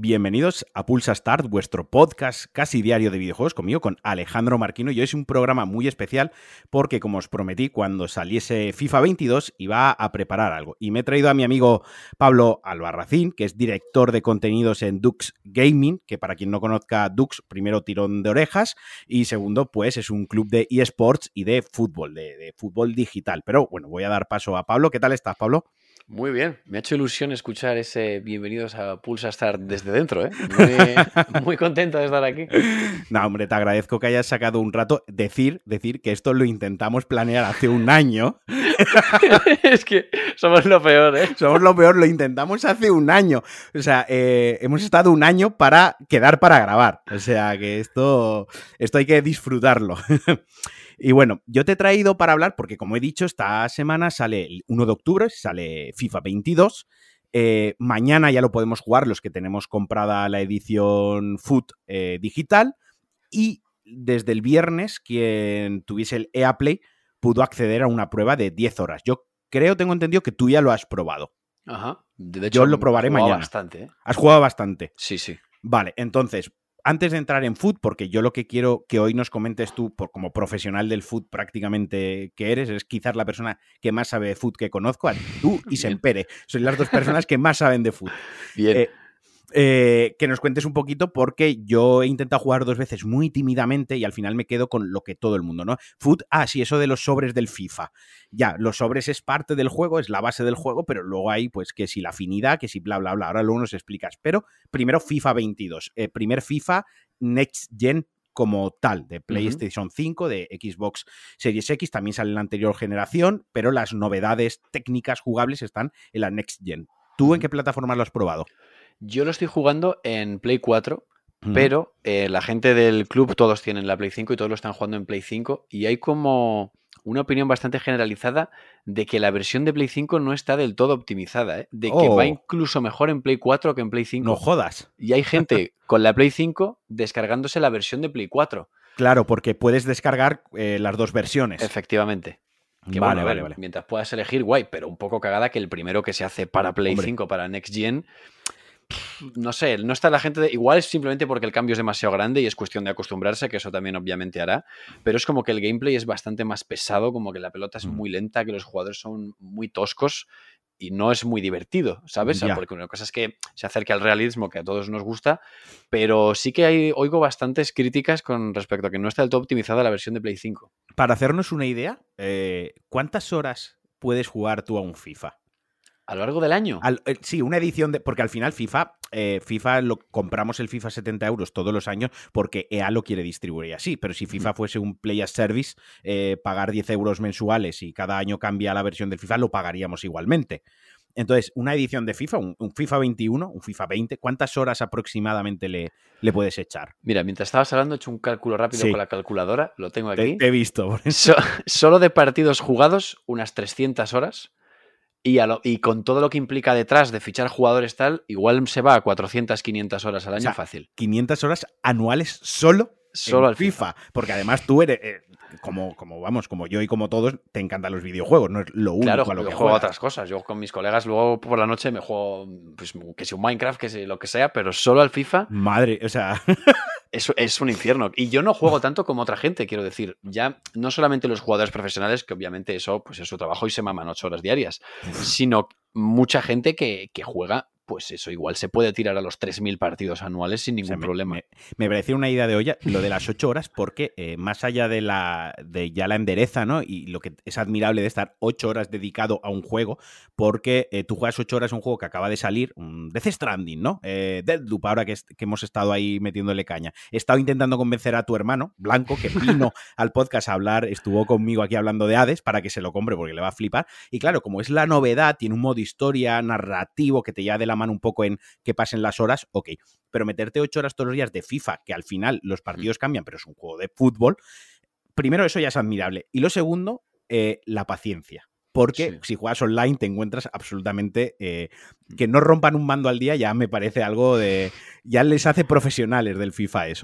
bienvenidos a Pulsa Start, vuestro podcast casi diario de videojuegos, conmigo, con Alejandro Marquino. Y hoy es un programa muy especial porque, como os prometí, cuando saliese FIFA 22 iba a preparar algo. Y me he traído a mi amigo Pablo Albarracín, que es director de contenidos en Dux Gaming, que para quien no conozca Dux, primero tirón de orejas y segundo, pues es un club de eSports y de fútbol, de fútbol digital. Pero bueno, voy a dar paso a Pablo. ¿Qué tal estás, Pablo? Muy bien, me ha hecho ilusión escuchar ese bienvenidos a Pulsa Start desde dentro, ¿eh? Muy contento de estar aquí. No, hombre, te agradezco que hayas sacado un rato. Decir que esto lo intentamos planear hace un año. Es que somos lo peor, ¿eh? Somos lo peor, lo intentamos hace un año. O sea, hemos estado un año para quedar para grabar. O sea, que esto hay que disfrutarlo. Y bueno, yo te he traído para hablar, porque como he dicho, esta semana sale el 1 de octubre, sale FIFA 22. Mañana ya lo podemos jugar los que tenemos comprada la edición Foot digital. Y desde el viernes, quien tuviese el EA Play pudo acceder a una prueba de 10 horas. Yo tengo entendido que tú ya lo has probado. Ajá. De hecho, Yo lo probaré mañana. Bastante, ¿eh? ¿Has jugado bastante? Sí, sí. Vale, entonces, antes de entrar en foot, porque yo lo que quiero que hoy nos comentes tú, como profesional del foot prácticamente que eres, es quizás la persona que más sabe de foot que conozco, tú y Sempere. Sois las dos personas que más saben de foot. Bien. Que nos cuentes un poquito, porque yo he intentado jugar 2 veces muy tímidamente y al final me quedo con lo que todo el mundo, ¿no? Foot, sí, eso de los sobres del FIFA. Ya, los sobres es parte del juego, es la base del juego, pero luego hay, pues, que si la afinidad, que si bla, bla, bla. Ahora luego nos explicas. Pero primero FIFA 22. Primer FIFA Next Gen como tal, de PlayStation 5, de Xbox Series X, también sale en la anterior generación, pero las novedades técnicas jugables están en la Next Gen. ¿Tú en qué plataformas lo has probado? Yo lo estoy jugando en Play 4, pero la gente del club todos tienen la Play 5 y todos lo están jugando en Play 5 y hay como una opinión bastante generalizada de que la versión de Play 5 no está del todo optimizada, ¿eh? De que va incluso mejor en Play 4 que en Play 5. No jodas. Y hay gente con la Play 5 descargándose la versión de Play 4. Claro, porque puedes descargar las dos versiones. Efectivamente. Que vale, bueno, vale. Mientras puedas elegir, guay, pero un poco cagada que el primero que se hace para Play 5, para Next Gen, no sé, no está la gente... Igual es simplemente porque el cambio es demasiado grande y es cuestión de acostumbrarse, que eso también obviamente hará, pero es como que el gameplay es bastante más pesado, como que la pelota es muy lenta, que los jugadores son muy toscos y no es muy divertido, ¿sabes? Ya. Porque una cosa es que se acerque al realismo, que a todos nos gusta, pero sí que oigo bastantes críticas con respecto a que no está del todo optimizada la versión de Play 5. Para hacernos una idea, ¿cuántas horas puedes jugar tú a un FIFA? ¿A lo largo del año? Sí, una edición de... Porque al final FIFA compramos el FIFA 70 euros todos los años porque EA lo quiere distribuir así. Pero si FIFA fuese un Play as Service, pagar 10 euros mensuales y cada año cambia la versión del FIFA, lo pagaríamos igualmente. Entonces, una edición de FIFA, un FIFA 21, un FIFA 20, ¿cuántas horas aproximadamente le puedes echar? Mira, mientras estabas hablando, he hecho un cálculo rápido con la calculadora, lo tengo aquí. Te he visto. Solo de partidos jugados, unas 300 horas. Y con todo lo que implica detrás de fichar jugadores tal, igual se va a 400, 500 horas al año, fácil. 500 horas anuales solo al FIFA. Porque además tú eres, como yo y como todos, te encantan los videojuegos, no es lo único a lo que juego a otras cosas. Yo con mis colegas luego por la noche me juego, pues, que si un Minecraft, que si lo que sea, pero solo al FIFA. Madre, o sea... Es un infierno. Y yo no juego tanto como otra gente, quiero decir. Ya no solamente los jugadores profesionales, que obviamente eso pues es su trabajo y se maman 8 horas diarias, sino mucha gente que juega, pues eso, igual se puede tirar a los 3.000 partidos anuales sin ningún problema. Me pareció una idea de olla lo de las 8 horas, porque más allá de ya la endereza, ¿no? Y lo que es admirable de estar 8 horas dedicado a un juego, porque tú juegas 8 horas a un juego que acaba de salir, Death Stranding, ¿no? Deathloop, ahora que hemos estado ahí metiéndole caña. He estado intentando convencer a tu hermano, Blanco, que vino al podcast a hablar, estuvo conmigo aquí hablando de Hades, para que se lo compre porque le va a flipar. Y claro, como es la novedad, tiene un modo historia, narrativo, que te lleva de la mano un poco en que pasen las horas, ok. Pero meterte 8 horas todos los días de FIFA, que al final los partidos cambian, pero es un juego de fútbol, primero eso ya es admirable. Y lo segundo, la paciencia. Porque si juegas online te encuentras absolutamente... que no rompan un mando al día ya me parece algo de... Ya les hace profesionales del FIFA eso, ¿no?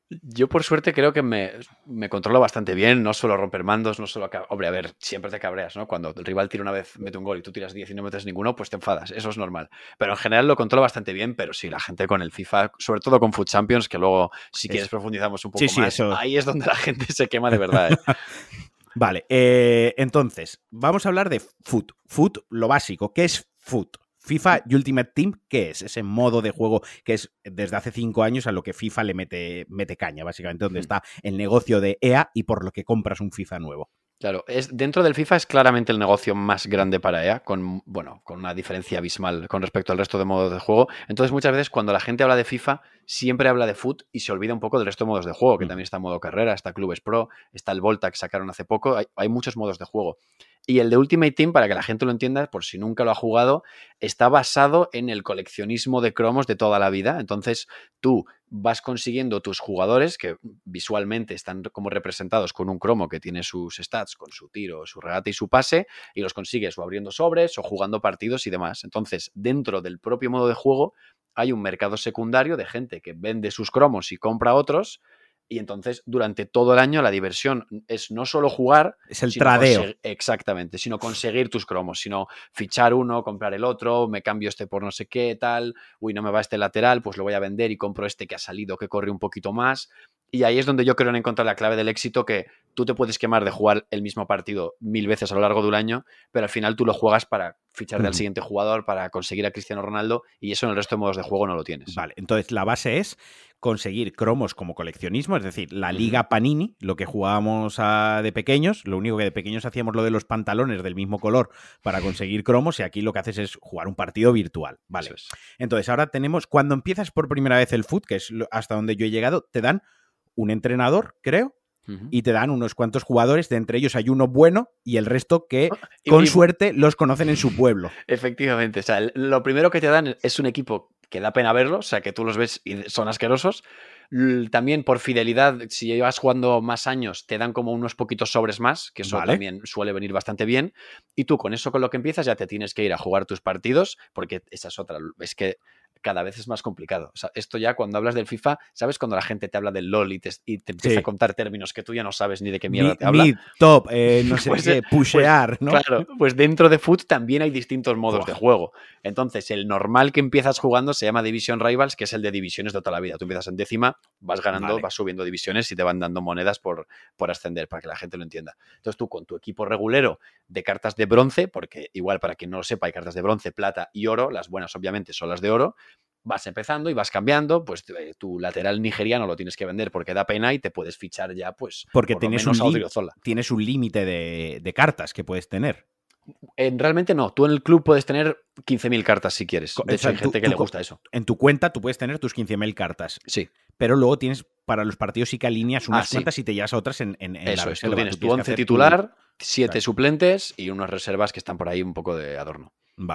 Yo por suerte creo que me controlo bastante bien, no suelo romper mandos, no suelo... Hombre, a ver, siempre te cabreas, ¿no? Cuando el rival tira una vez, mete un gol y tú tiras 10 y no metes ninguno, pues te enfadas, eso es normal. Pero en general lo controlo bastante bien, pero sí, la gente con el FIFA, sobre todo con Foot Champions, que luego si quieres Eso. profundizamos un Sí, poco sí, más, eso. ahí es donde la gente se quema de verdad, ¿eh? Vale, entonces, vamos a hablar de Foot. Foot, lo básico. ¿Qué es Foot? FIFA Ultimate Team, ¿qué es? Ese modo de juego que es desde hace 5 años a lo que FIFA le mete caña, básicamente, donde está el negocio de EA y por lo que compras un FIFA nuevo. Claro, dentro del FIFA es claramente el negocio más grande para EA, con una diferencia abismal con respecto al resto de modos de juego. Entonces, muchas veces cuando la gente habla de FIFA, siempre habla de Foot y se olvida un poco del resto de modos de juego, que también está modo carrera, está Clubes Pro, está el Volta que sacaron hace poco, hay muchos modos de juego. Y el de Ultimate Team, para que la gente lo entienda, por si nunca lo ha jugado, está basado en el coleccionismo de cromos de toda la vida. Entonces, tú vas consiguiendo tus jugadores, que visualmente están como representados con un cromo que tiene sus stats, con su tiro, su regate y su pase, y los consigues o abriendo sobres o jugando partidos y demás. Entonces, dentro del propio modo de juego, hay un mercado secundario de gente que vende sus cromos y compra otros. Y entonces, durante todo el año, la diversión es no solo jugar, Es el sino tradeo. conseguir, exactamente, sino conseguir tus cromos, sino fichar uno, comprar el otro, me cambio este por no sé qué, tal, uy, no me va este lateral, pues lo voy a vender y compro este que ha salido, que corre un poquito más. Y ahí es donde yo creo en encontrar la clave del éxito, que tú te puedes quemar de jugar el mismo partido 1000 veces a lo largo de un año, pero al final tú lo juegas para ficharte al siguiente jugador, para conseguir a Cristiano Ronaldo, y eso en el resto de modos de juego no lo tienes. Vale, entonces la base es conseguir cromos como coleccionismo, es decir, la Liga Panini, lo que jugábamos de pequeños, lo único que de pequeños hacíamos lo de los pantalones del mismo color para conseguir cromos y aquí lo que haces es jugar un partido virtual. Vale, Eso es. entonces ahora tenemos, cuando empiezas por primera vez el foot, que es hasta donde yo he llegado, te dan un entrenador, creo, y te dan unos cuantos jugadores, de entre ellos hay uno bueno y el resto que con suerte los conocen en su pueblo. Efectivamente, o sea, lo primero que te dan es un equipo que da pena verlo, o sea, que tú los ves y son asquerosos. También por fidelidad, si llevas jugando más años, te dan como unos poquitos sobres más, que eso también suele venir bastante bien. Y tú con eso, con lo que empiezas, ya te tienes que ir a jugar tus partidos, porque esa es otra. Es que cada vez es más complicado. O sea, esto ya cuando hablas del FIFA, ¿sabes cuando la gente te habla del LOL y te empieza a contar términos que tú ya no sabes ni de qué mierda te habla? Mid, top, no sé Pues, qué, pushear, ¿no? claro, pues dentro de Foot también hay distintos modos Buah. de juego. Entonces, el normal que empiezas jugando se llama Division Rivals, que es el de divisiones de toda la vida. Tú empiezas en décima, vas ganando, vas subiendo divisiones y te van dando monedas por ascender, para que la gente lo entienda. Entonces, tú con tu equipo regulero de cartas de bronce, porque igual para quien no lo sepa, hay cartas de bronce, plata y oro, las buenas obviamente son las de oro, vas empezando y vas cambiando, pues tu lateral nigeriano lo tienes que vender porque da pena y te puedes fichar ya, pues, porque por lo menos a Odriozola. tienes un límite de cartas que puedes tener. Realmente no. Tú en el club puedes tener 15.000 cartas si quieres. De O hecho, sea, hay gente que le gusta eso. En tu cuenta tú puedes tener tus 15.000 cartas. Sí. Pero luego tienes, para los partidos sí que alineas unas cuantas sí. y te llevas a otras en Eso la es. Tú reserva. tienes tu 11 titular, 7 suplentes y unas reservas que están por ahí un poco de adorno.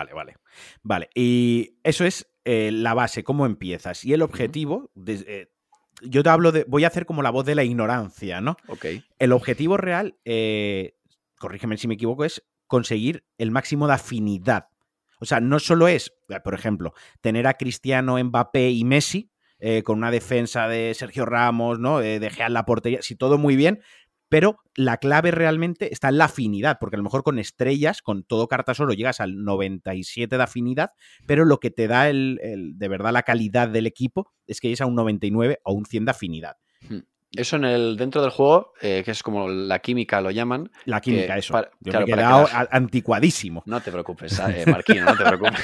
Vale. Y eso es la base, cómo empiezas. Y el objetivo, yo te hablo voy a hacer como la voz de la ignorancia, ¿no? Ok. El objetivo real, corrígeme si me equivoco, es conseguir el máximo de afinidad. O sea, no solo es, por ejemplo, tener a Cristiano, Mbappé y Messi con una defensa de Sergio Ramos, ¿no? De Gea en la portería, sí, todo muy bien, pero la clave realmente está en la afinidad, porque a lo mejor con estrellas, con todo cartas oro, llegas al 97 de afinidad, pero lo que te da de verdad la calidad del equipo es que llegues a un 99 o un 100 de afinidad. Eso dentro del juego, que es como la química lo llaman. La química, eso. Yo me he quedado anticuadísimo. No te preocupes, Marquino, no te preocupes.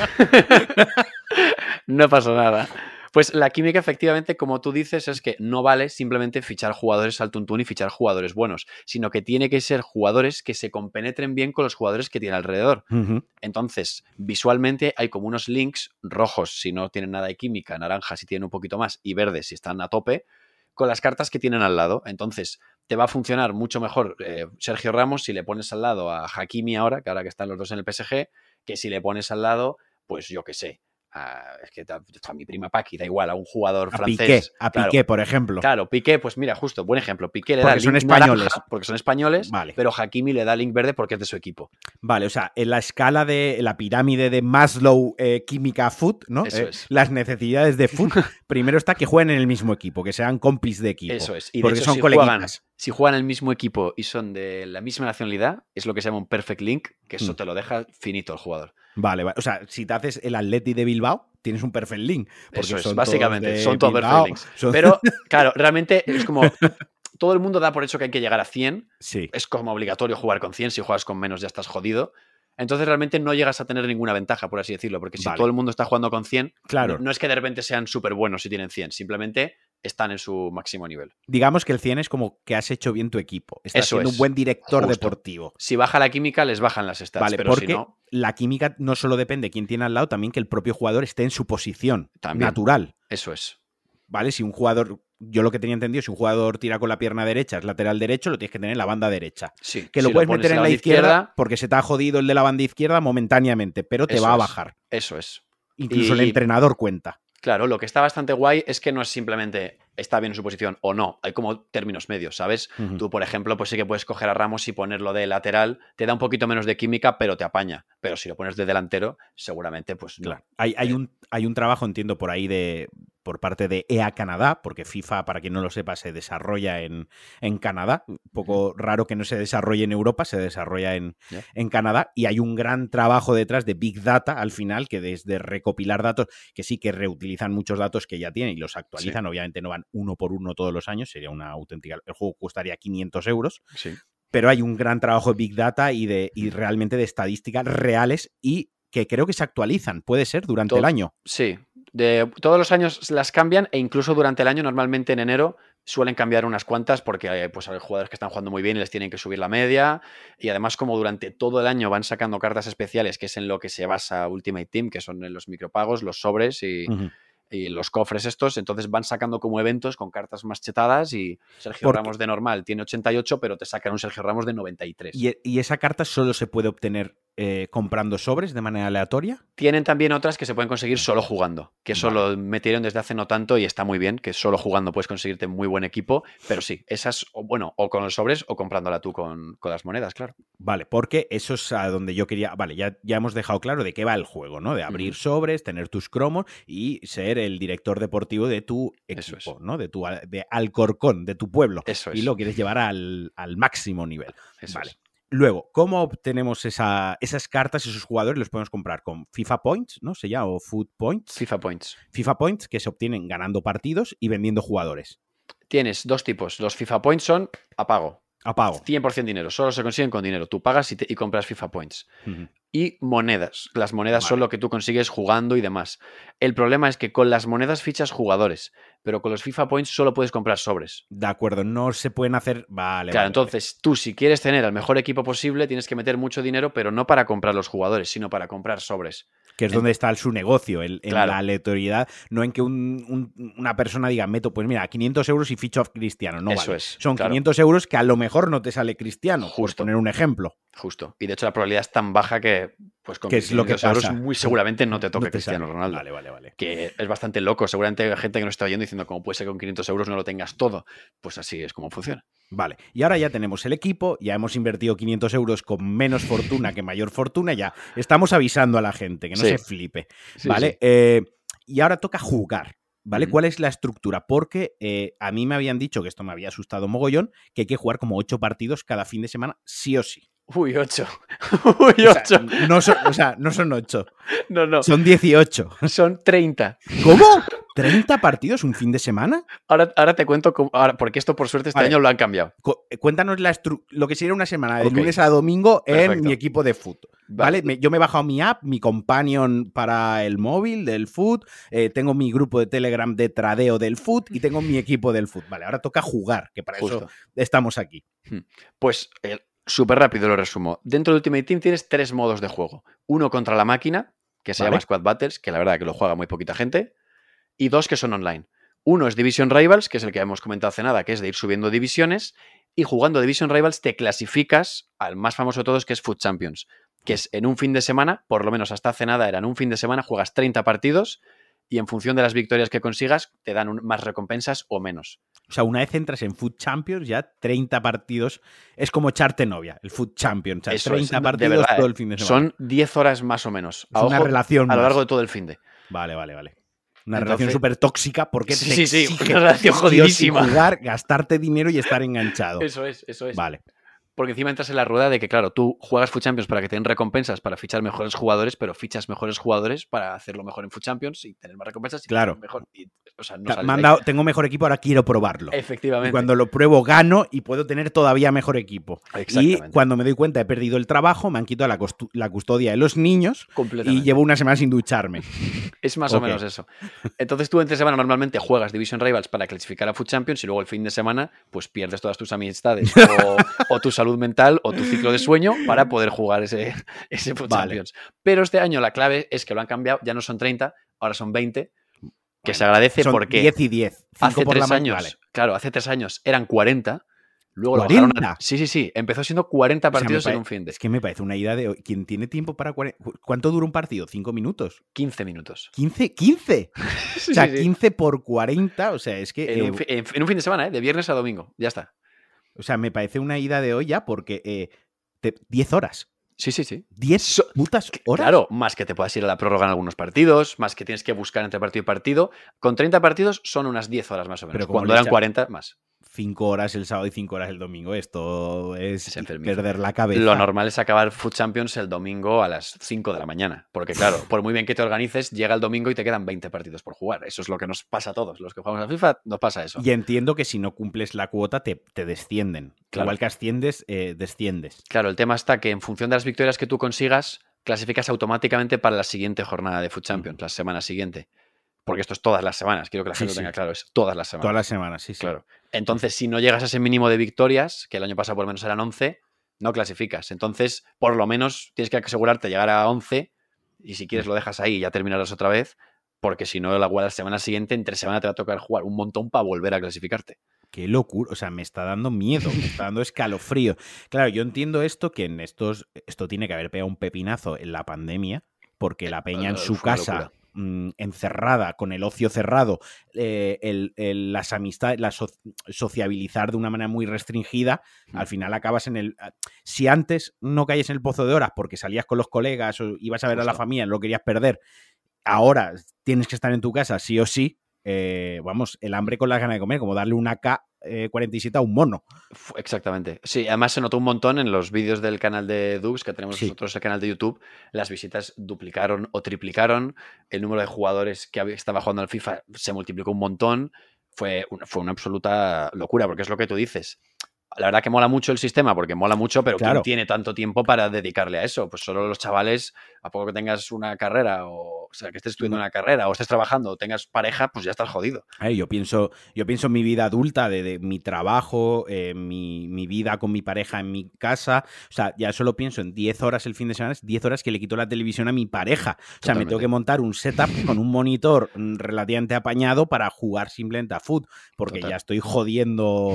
No pasa nada. Pues la química, efectivamente, como tú dices, es que no vale simplemente fichar jugadores al tuntún y fichar jugadores buenos, sino que tiene que ser jugadores que se compenetren bien con los jugadores que tiene alrededor. Entonces, visualmente hay como unos links rojos si no tienen nada de química, naranjas si tienen un poquito más y verdes si están a tope, con las cartas que tienen al lado. Entonces, te va a funcionar mucho mejor Sergio Ramos si le pones al lado a Hakimi ahora que están los dos en el PSG, que si le pones al lado, pues yo qué sé, es que a mi prima Paqui, da igual, a un jugador A francés. Piqué, por ejemplo. Claro, Piqué, pues mira, justo, buen ejemplo. Piqué le da Porque son link españoles. naranja porque son españoles, Vale. pero Hakimi le da link verde porque es de su equipo. Vale, o sea, en la escala de la pirámide de Maslow, química food, ¿no? Eso es. Las necesidades de food, primero está que jueguen en el mismo equipo, que sean compis de equipo. Eso es. Y porque de hecho, son coleguitas. si juegan en el mismo equipo y son de la misma nacionalidad, es lo que se llama un perfect link, que eso te lo deja finito el jugador. Vale. O sea, si te haces el Atleti de Bilbao, tienes un perfect link. Porque Eso es, son básicamente, son todos Bilbao, perfect links. Pero, claro, realmente es como... Todo el mundo da por hecho que hay que llegar a 100. Sí. Es como obligatorio jugar con 100. Si juegas con menos ya estás jodido. Entonces realmente no llegas a tener ninguna ventaja, por así decirlo. Porque si todo el mundo está jugando con 100, claro, no es que de repente sean súper buenos si tienen 100. Simplemente están en su máximo nivel. Digamos que el 100 es como que has hecho bien tu equipo. Estás Eso siendo es. un buen director Justo. deportivo. Si baja la química, les bajan las stats. Vale, pero porque si no... la química no solo depende de quién tiene al lado, también que el propio jugador esté en su posición natural. Eso es. ¿Vale? Si un jugador, yo lo que tenía entendido, si un jugador tira con la pierna derecha, es lateral derecho, lo tienes que tener en la banda derecha. Sí. Que lo puedes meter en la izquierda porque se te ha jodido el de la banda izquierda momentáneamente, pero te va a bajar. Eso es. Incluso el entrenador cuenta. Claro, lo que está bastante guay es que no es simplemente está bien en su posición o no. Hay como términos medios, ¿sabes? Tú, por ejemplo, pues sí que puedes coger a Ramos y ponerlo de lateral. Te da un poquito menos de química, pero te apaña. Pero si lo pones de delantero, seguramente, pues no. Claro. Hay un trabajo, entiendo, por ahí por parte de EA Canadá, porque FIFA, para quien no lo sepa, se desarrolla en Canadá. Un poco raro que no se desarrolle en Europa, se desarrolla en Canadá. Y hay un gran trabajo detrás de Big Data, al final, que desde recopilar datos, que sí que reutilizan muchos datos que ya tienen y los actualizan. Obviamente no van uno por uno todos los años, sería una auténtica... El juego costaría 500 euros. Sí. Pero hay un gran trabajo de Big Data y realmente de estadísticas reales y que creo que se actualizan, puede ser, durante el año. Sí, todos los años las cambian e incluso durante el año, normalmente en enero, suelen cambiar unas cuantas porque hay jugadores que están jugando muy bien y les tienen que subir la media. Y además, como durante todo el año van sacando cartas especiales, que es en lo que se basa Ultimate Team, que son en los micropagos, los sobres y los cofres estos, entonces van sacando como eventos con cartas más chetadas y Sergio Ramos de normal tiene 88, pero te sacan un Sergio Ramos de 93. ¿Y esa carta solo se puede obtener comprando sobres de manera aleatoria? Tienen también otras que se pueden conseguir solo jugando, que eso lo metieron desde hace no tanto y está muy bien, que solo jugando puedes conseguirte muy buen equipo, pero sí, esas, o con los sobres o comprándola tú con las monedas, claro. Vale, porque eso es a donde yo quería... Vale, ya hemos dejado claro de qué va el juego, ¿no? De abrir sobres, tener tus cromos y ser el director deportivo de tu equipo, ¿no? De Alcorcón, de tu pueblo. Eso es. Y lo quieres llevar al máximo nivel. Eso vale. Es. Luego, ¿cómo obtenemos esas cartas, esos jugadores? Los podemos comprar con FIFA Points, ¿no? Se llama, o Food Points. FIFA Points. FIFA Points, que se obtienen ganando partidos y vendiendo jugadores. Tienes dos tipos. Los FIFA Points son a pago. A pago. 100% dinero. Solo se consiguen con dinero. Tú pagas y compras FIFA Points. Y monedas. Las monedas son lo que tú consigues jugando y demás. El problema es que con las monedas fichas jugadores, pero con los FIFA Points solo puedes comprar sobres. De acuerdo, no se pueden hacer... Claro, entonces tú si quieres tener al mejor equipo posible tienes que meter mucho dinero, pero no para comprar los jugadores, sino para comprar sobres. Que es donde está su negocio, en la aleatoriedad, no en que una persona diga, meto, pues mira, 500 euros y ficho a Cristiano. No, Eso vale. es. Son 500 euros que a lo mejor no te sale Cristiano, Justo. por poner un ejemplo. Justo. Y de hecho la probabilidad es tan baja que pues con 500 euros muy seguramente no te toque Cristiano Ronaldo. Vale. Que es bastante loco. Seguramente hay gente que nos está oyendo diciendo, ¿cómo puede ser que con 500 euros no lo tengas todo? Pues así es como funciona. Vale, y ahora ya tenemos el equipo, ya hemos invertido 500 euros con menos fortuna que mayor fortuna, ya estamos avisando a la gente, que no se flipe, ¿vale? Sí. Y ahora toca jugar, ¿vale? ¿Cuál es la estructura? Porque a mí me habían dicho, que esto me había asustado mogollón, que hay que jugar como 8 partidos cada fin de semana, sí o sí. Uy, 8. Uy, 8. No son 8. No. Son 18. Son 30. ¿Cómo? ¿30 partidos un fin de semana? Ahora te cuento cómo, porque esto por suerte este año lo han cambiado. Cuéntanos lo que sería una semana de lunes a domingo en mi equipo de fútbol. ¿Vale? Yo me he bajado mi app, mi companion para el móvil del fútbol, tengo mi grupo de Telegram de tradeo del fútbol y tengo mi equipo del fútbol. Vale, ahora toca jugar, que para eso estamos aquí. Pues súper rápido lo resumo. Dentro de Ultimate Team tienes 3 modos de juego. Uno contra la máquina, que se llama Squad Battles, que la verdad que lo juega muy poquita gente. Y 2 que son online. Uno es Division Rivals, que es el que hemos comentado hace nada, que es de ir subiendo divisiones. Y jugando Division Rivals te clasificas al más famoso de todos, que es Food Champions, que es en un fin de semana, por lo menos hasta hace nada era en un fin de semana, juegas 30 partidos y en función de las victorias que consigas te dan más recompensas o menos. O sea, una vez entras en Food Champions, ya 30 partidos. Es como echarte novia, el Food Champions. O sea, Eso 30 es, de partidos verdad, todo el fin de semana. Son 10 horas más o menos. Es una relación a lo más. largo de todo el fin de. Vale. Una relación súper tóxica porque te exige una relación jodidísima. Jugar, gastarte dinero y estar enganchado. Eso es. Vale. Porque encima entras en la rueda de que, claro, tú juegas Food Champions para que te den recompensas para fichar mejores jugadores, pero fichas mejores jugadores para hacerlo mejor en Food Champions y tener más recompensas y claro. Mejor. Y, o sea, tengo mejor equipo, ahora quiero probarlo. Efectivamente. Y cuando lo pruebo, gano y puedo tener todavía mejor equipo. Y cuando me doy cuenta he perdido el trabajo, me han quitado la custodia de los niños y llevo una semana sin ducharme. Es más o menos eso. Entonces tú entre semana normalmente juegas Division Rivals para clasificar a Food Champions y luego el fin de semana pues pierdes todas tus amistades o tu salud mental o tu ciclo de sueño para poder jugar ese Food Champions. Pero este año la clave es que lo han cambiado, ya no son 30, ahora son 20, que se agradece son porque 10 y 10. Hace 3 años, vale. Claro, hace 3 años eran 40. Luego ¿40? Lo bajaron sí. Empezó siendo 40 partidos en un fin de. Es que me parece una idea de... ¿Quién tiene tiempo para 40? ¿Cuánto dura un partido? ¿5 minutos? 15 minutos. ¿15? ¿15? O sea, 15 por 40, o sea, es que... En un fin de semana, de viernes a domingo, ya está. O sea, me parece una ida de olla porque 10 horas. Sí. 10 putas horas. Claro, más que te puedas ir a la prórroga en algunos partidos, más que tienes que buscar entre partido y partido. Con 30 partidos son unas 10 horas más o menos. Pero cuando eran 40, más. 5 horas el sábado y 5 horas el domingo. Esto es perder la cabeza. Lo normal es acabar Food Champions el domingo a las 5 de la mañana. Porque claro, por muy bien que te organices, llega el domingo y te quedan 20 partidos por jugar. Eso es lo que nos pasa a todos. Los que jugamos a FIFA nos pasa eso. Y entiendo que si no cumples la cuota te descienden. Claro. Igual que asciendes, desciendes. Claro, el tema está que en función de las victorias que tú consigas, clasificas automáticamente para la siguiente jornada de Food Champions, la semana siguiente. Porque esto es todas las semanas, quiero que la gente lo tenga claro, es todas las semanas. Todas las semanas, sí. Claro. Entonces, si no llegas a ese mínimo de victorias, que el año pasado por lo menos eran 11, no clasificas. Entonces, por lo menos tienes que asegurarte de llegar a 11 y si quieres lo dejas ahí y ya terminarás otra vez, porque si no, la semana siguiente, entre semana te va a tocar jugar un montón para volver a clasificarte. Qué locura, o sea, me está dando miedo, me está dando escalofrío. Claro, yo entiendo esto, que en esto tiene que haber pegado un pepinazo en la pandemia, porque la peña en su casa... encerrada, con el ocio cerrado, las amistades, sociabilizar de una manera muy restringida, al final acabas en el... Si antes no caías en el pozo de horas porque salías con los colegas o ibas a ver a la familia, no lo querías perder, ahora tienes que estar en tu casa sí o sí, vamos, el hambre con las ganas de comer, como darle una K47 a un mono. Exactamente. Sí, además se notó un montón en los vídeos del canal de Dubs, que tenemos nosotros el canal de YouTube, las visitas duplicaron o triplicaron, el número de jugadores que estaba jugando al FIFA se multiplicó un montón, fue una absoluta locura, porque es lo que tú dices. La verdad que mola mucho el sistema, porque mola mucho, pero ¿quién tiene tanto tiempo para dedicarle a eso? Pues solo los chavales, a poco que tengas una carrera, o sea, que estés estudiando una carrera, o estés trabajando, o tengas pareja, pues ya estás jodido. Yo pienso en mi vida adulta, de mi trabajo, mi vida con mi pareja en mi casa. O sea, ya solo pienso en 10 horas el fin de semana, 10 horas que le quito la televisión a mi pareja. O sea, Totalmente. Me tengo que montar un setup con un monitor relativamente apañado para jugar simplemente a fútbol, porque ya estoy jodiendo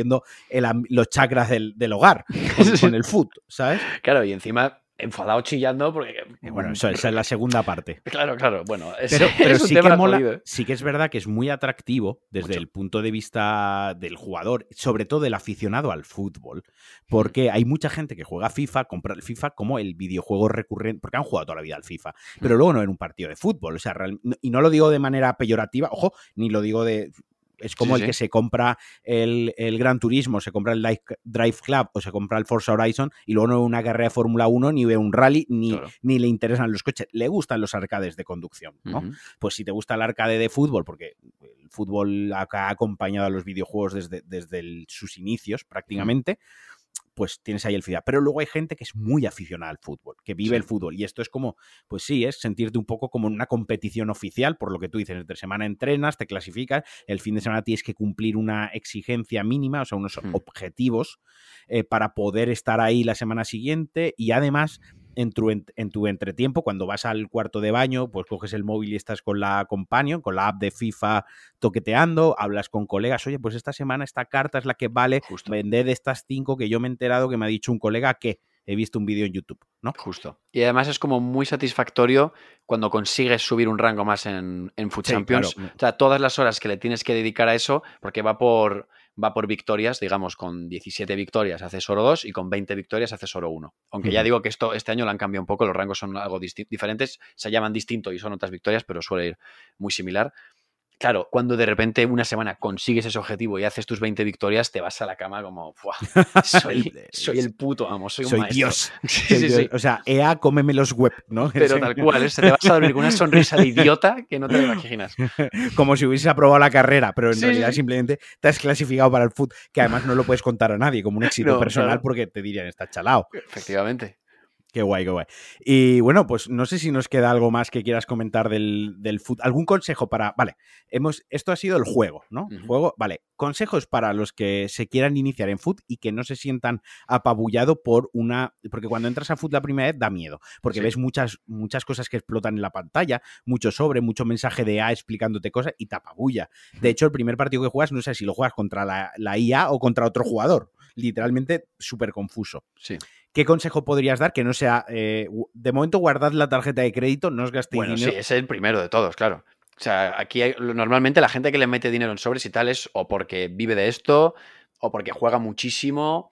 los chakras del hogar con el foot, ¿sabes? Claro, y encima enfadado chillando porque... Bueno, esa es la segunda parte. Claro. Bueno, pero es un sí tema que mola, jodido, ¿eh? Sí que es verdad que es muy atractivo desde el punto de vista del jugador, sobre todo del aficionado al fútbol, porque hay mucha gente que juega FIFA, compra el FIFA como el videojuego recurrente, porque han jugado toda la vida al FIFA, pero luego no en un partido de fútbol. O sea, y no lo digo de manera peyorativa, ojo, ni lo digo de... Es como el que se compra el Gran Turismo, se compra el Drive Club o se compra el Forza Horizon y luego no ve una carrera de Fórmula 1, ni ve un rally, ni le interesan los coches. Le gustan los arcades de conducción, ¿no? Pues si te gusta el arcade de fútbol, porque el fútbol ha acompañado a los videojuegos desde sus inicios prácticamente, pues tienes ahí el FIFA. Pero luego hay gente que es muy aficionada al fútbol, que vive el fútbol. Y esto es como, pues sí, es sentirte un poco como en una competición oficial, por lo que tú dices, entre semana entrenas, te clasificas, el fin de semana tienes que cumplir una exigencia mínima, o sea, unos objetivos para poder estar ahí la semana siguiente. Y además, en tu entretiempo, cuando vas al cuarto de baño, pues coges el móvil y estás con la Companion, con la app de FIFA toqueteando, hablas con colegas, oye, pues esta semana esta carta es la que vale, vender de estas 5 que yo me he enterado que me ha dicho un colega que, he visto un vídeo en YouTube, ¿no? Justo. Y además es como muy satisfactorio cuando consigues subir un rango más en Food Sí, Champions. claro. O sea, todas las horas que le tienes que dedicar a eso, porque va por victorias, digamos, con 17 victorias haces oro 2 y con 20 victorias haces oro 1. Aunque ya digo que este año lo han cambiado un poco, los rangos son algo diferentes, se llaman distinto y son otras victorias, pero suele ir muy similar. Claro, cuando de repente una semana consigues ese objetivo y haces tus 20 victorias, te vas a la cama como, ¡buah! Soy el puto amo, soy un maestro. Dios. Sí, Soy sí, Dios. sí. O sea, EA, cómeme los web, ¿no? Pero tal cual, te vas a dormir con una sonrisa de idiota que no te lo imaginas. Como si hubieses aprobado la carrera, pero en Sí, realidad sí. simplemente te has clasificado para el foot, que además no lo puedes contar a nadie como un éxito No, personal claro. porque te dirían, está chalao. Efectivamente. Qué guay, qué guay. Y bueno, pues no sé si nos queda algo más que quieras comentar del foot. ¿Algún consejo para...? Vale, esto ha sido el juego, ¿no? El juego, vale. Consejos para los que se quieran iniciar en foot y que no se sientan apabullados por una... Porque cuando entras a foot la primera vez da miedo, porque ves muchas cosas que explotan en la pantalla, mucho mucho mensaje de IA explicándote cosas y te apabulla. De hecho, el primer partido que juegas, no sé si lo juegas contra la IA o contra otro jugador. Literalmente súper confuso. Sí. ¿Qué consejo podrías dar? Que no sea, de momento guardad la tarjeta de crédito, no os gastéis dinero. Sí, es el primero de todos, claro. O sea, aquí normalmente la gente que le mete dinero en sobres y tal es o porque vive de esto, o porque juega muchísimo,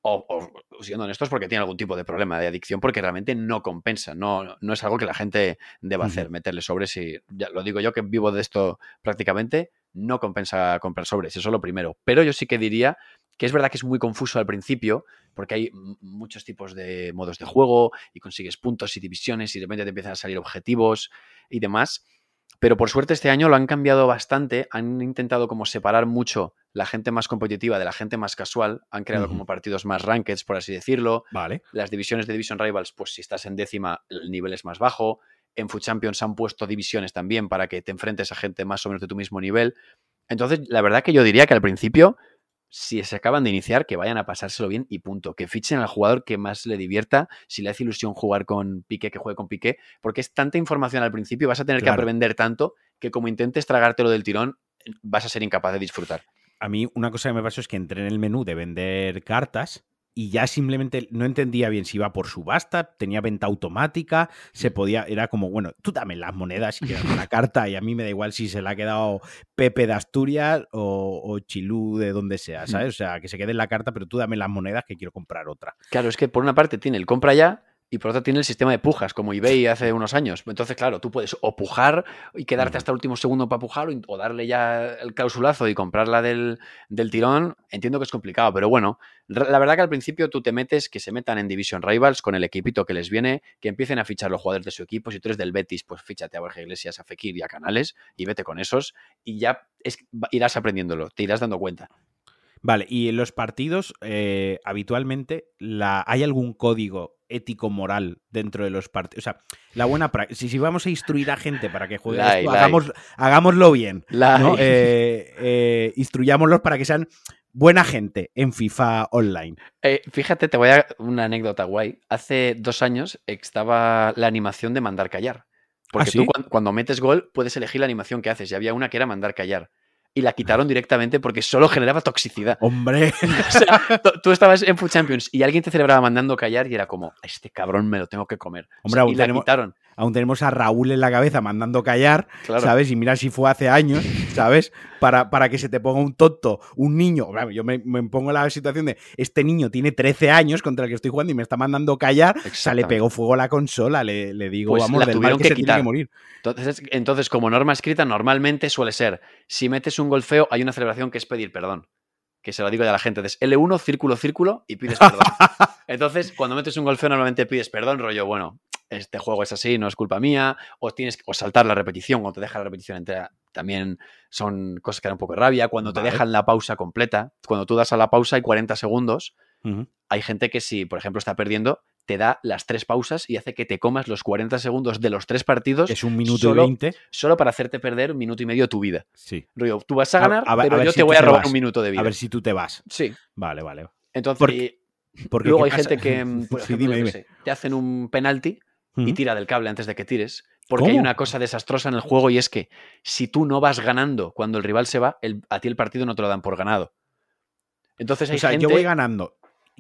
o siendo honestos, porque tiene algún tipo de problema de adicción, porque realmente no compensa. No es algo que la gente deba hacer, meterle sobres. Y ya lo digo yo que vivo de esto prácticamente, no compensa comprar sobres, eso es lo primero. Pero yo sí que diría que es verdad que es muy confuso al principio, porque hay muchos tipos de modos de juego y consigues puntos y divisiones y de repente te empiezan a salir objetivos y demás. Pero por suerte este año lo han cambiado bastante, han intentado como separar mucho la gente más competitiva de la gente más casual, han creado como partidos más rankeds, por así decirlo. Vale. Las divisiones de Division Rivals, pues si estás en décima, el nivel es más bajo. En Food Champions han puesto divisiones también para que te enfrentes a gente más o menos de tu mismo nivel. Entonces, la verdad que yo diría que al principio, si se acaban de iniciar, que vayan a pasárselo bien y punto. Que fichen al jugador que más le divierta. Si le hace ilusión jugar con Piqué, que juegue con Piqué. Porque es tanta información al principio, vas a tener que aprender tanto que como intentes tragártelo del tirón, vas a ser incapaz de disfrutar. A mí una cosa que me pasó es que entré en el menú de vender cartas y ya simplemente no entendía bien si iba por subasta, tenía venta automática, era como, bueno, tú dame las monedas y quédame la carta y a mí me da igual si se la ha quedado Pepe de Asturias o Chilú de donde sea, ¿sabes? O sea, que se quede en la carta, pero tú dame las monedas que quiero comprar otra. Claro, es que por una parte tiene el compra ya y por otra tiene el sistema de pujas, como eBay hace unos años. Entonces, claro, tú puedes o pujar y quedarte hasta el último segundo para pujar o darle ya el clausulazo y comprarla del tirón. Entiendo que es complicado, pero bueno, la verdad que al principio tú te metes, que se metan en Division Rivals con el equipito que les viene, que empiecen a fichar los jugadores de su equipo. Si tú eres del Betis, pues fíchate a Borja Iglesias, a Fekir y a Canales y vete con esos y ya irás aprendiéndolo, te irás dando cuenta. Vale, y en los partidos, habitualmente, ¿hay algún código ético-moral dentro de los partidos? O sea, la buena práctica. Si vamos a instruir a gente para que juegue esto, hagámoslo bien, ¿no? Instruyámoslos para que sean buena gente en FIFA Online. Fíjate, te voy a dar una anécdota guay. Hace 2 años estaba la animación de mandar callar. Porque tú cuando metes gol puedes elegir la animación que haces y había una que era mandar callar. Y la quitaron directamente porque solo generaba toxicidad. ¡Hombre! O sea, tú estabas en Food Champions y alguien te celebraba mandando callar y era como, este cabrón me lo tengo que comer. Hombre, y la quitaron. Aún tenemos a Raúl en la cabeza mandando callar, claro. ¿sabes? Y mira si fue hace años, ¿sabes? Para que se te ponga un tonto, un niño. Yo me pongo en la situación de este niño tiene 13 años contra el que estoy jugando y me está mandando callar. O sea, le pegó fuego a la consola, le digo, pues vamos, la del tuvieron mal que se quitar. tiene que morir. Entonces, como norma escrita, normalmente suele ser, si metes un gol feo, hay una celebración que es pedir perdón. Que se lo digo ya a la gente. Entonces, L1, círculo, círculo y pides perdón. Entonces, cuando metes un gol feo, normalmente pides perdón, rollo, bueno, este juego es así, no es culpa mía, o saltar la repetición, o te deja la repetición entera, también son cosas que dan un poco de rabia. Cuando te dejan la pausa completa, cuando tú das a la pausa y 40 segundos, hay gente que si, por ejemplo, está perdiendo, te da las 3 pausas y hace que te comas los 40 segundos de los 3 partidos. Es 1 minuto y 20. Solo para hacerte perder 1 minuto y medio de tu vida. Sí. Rollo, tú vas a ganar, pero yo si te voy a robar 1 minuto de vida. A ver si tú te vas. Sí. Vale. Entonces, porque luego hay gente que, por ejemplo, dime. Te hacen un penalti y tira del cable antes de que tires. Porque ¿Cómo? hay una cosa desastrosa en el juego y es que si tú no vas ganando cuando el rival se va, a ti el partido no te lo dan por ganado. Entonces hay gente... yo voy ganando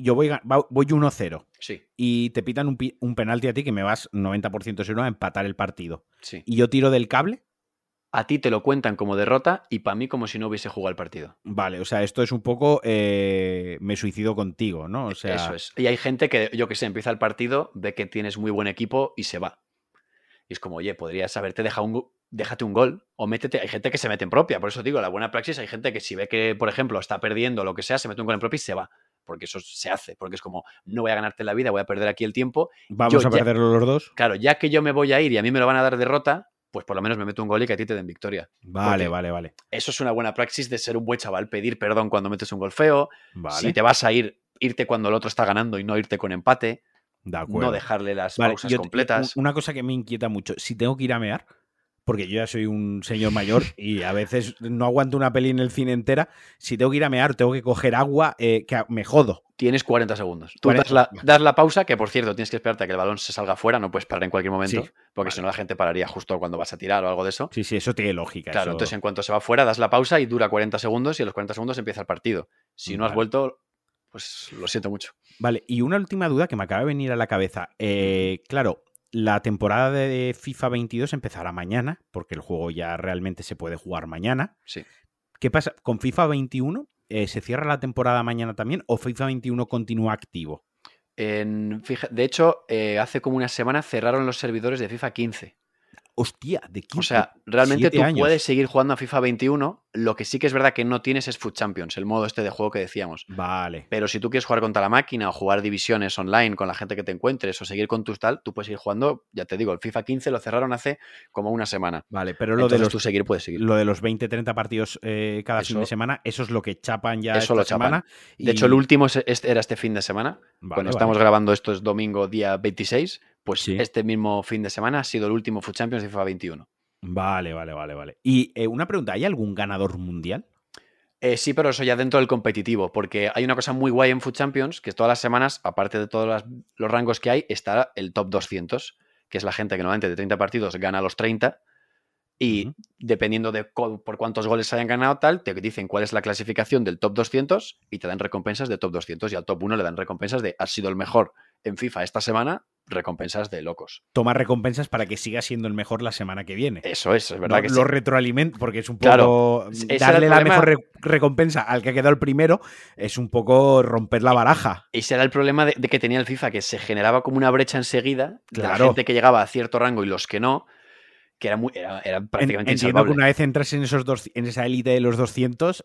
yo voy 1-0 Sí, y te pitan un penalti a ti que me vas 90% seguro a empatar el partido. sí. Y yo tiro del cable, A ti te lo cuentan como derrota y para mí como si no hubiese jugado el partido. vale, o sea, esto es un poco me suicido contigo, ¿no? O Eso sea, es. Y hay gente que, yo que sé, empieza el partido, ve que tienes muy buen equipo y se va. Y es como, oye, podrías haberte dejado déjate un gol o métete. Hay gente que se mete en propia, por eso digo, la buena praxis, hay gente que si ve que, por ejemplo, está perdiendo o lo que sea, se mete un gol en propia y se va. Porque eso se hace, porque es como, no voy a ganarte la vida, voy a perder aquí el tiempo. Yo vamos a ya, perderlo los dos. claro, ya que yo me voy a ir y a mí me lo van a dar derrota, pues por lo menos me meto un gol y que a ti te den victoria. Vale, Porque vale, vale. eso es una buena praxis de ser un buen chaval, pedir perdón cuando metes un gol feo, si Vale, te vas a ir, irte cuando el otro está ganando y no irte con empate, de no acuerdo. dejarle las Vale, pausas completas. una cosa que me inquieta mucho, si tengo que ir a mear, porque yo ya soy un señor mayor y a veces no aguanto una peli en el cine entera, si tengo que ir a mear, tengo que coger agua, que me jodo. Tienes 40 segundos. Tú 40 das la pausa, que por cierto tienes que esperarte a que el balón se salga fuera, no puedes parar en cualquier Sí, momento, porque si vale. no la gente pararía justo cuando vas a tirar o algo de eso. Sí, sí, eso tiene lógica. Claro, Eso. entonces en cuanto se va fuera, das la pausa y dura 40 segundos y a los 40 segundos empieza el partido. Si no has Vale. vuelto, pues lo siento mucho. Vale, y una última duda que me acaba de venir a la cabeza. Claro, la temporada de FIFA 22 empezará mañana, porque el juego ya realmente se puede jugar mañana. Sí. ¿Qué pasa? ¿Con FIFA 21 se cierra la temporada mañana también o FIFA 21 continúa activo? De hecho, hace como una semana cerraron los servidores de FIFA 15. Hostia, O sea, de realmente 7 tú puedes años. seguir jugando a FIFA 21. Lo que sí que es verdad que no tienes es Foot Champions, el modo este de juego que decíamos. Vale, Pero si tú quieres jugar contra la máquina o jugar divisiones online con la gente que te encuentres o seguir con tus tal, tú puedes ir jugando, ya te digo, el FIFA 15 lo cerraron hace como una semana. vale, pero Entonces tú seguir puedes seguir. lo de los 20-30 partidos cada fin de Eso, semana, eso es lo que chapan ya eso esta lo chapan. semana De hecho, el y... último era este fin de semana. Cuando Vale, vale. estamos grabando esto es domingo día 26, pues Sí. este mismo fin de semana ha sido el último Foot Champions de FIFA 21. Vale, vale, vale, vale. Y una pregunta, ¿hay algún ganador mundial? Sí, pero eso ya dentro del competitivo, porque hay una cosa muy guay en Foot Champions, que todas las semanas, aparte de todos los rangos que hay, está el top 200, que es la gente que normalmente de 30 partidos gana los 30, Ujú. y dependiendo de por cuántos goles se hayan ganado, tal, te dicen cuál es la clasificación del top 200 y te dan recompensas de top 200 y al top 1 le dan recompensas de has sido el mejor en FIFA esta semana, recompensas de locos. Toma recompensas para que siga siendo el mejor la semana que viene. Eso es No verdad que lo sí. retroalimenta, porque es un Claro, poco ese era el darle la mejor problema. recompensa al que ha quedado el primero, es un poco romper la baraja. Ese era el problema de que tenía el FIFA, que se generaba como una brecha enseguida de la gente Claro. que llegaba a cierto rango y los que no, que era prácticamente Entiendo que insalvable. una vez entras en en esa élite de los 200,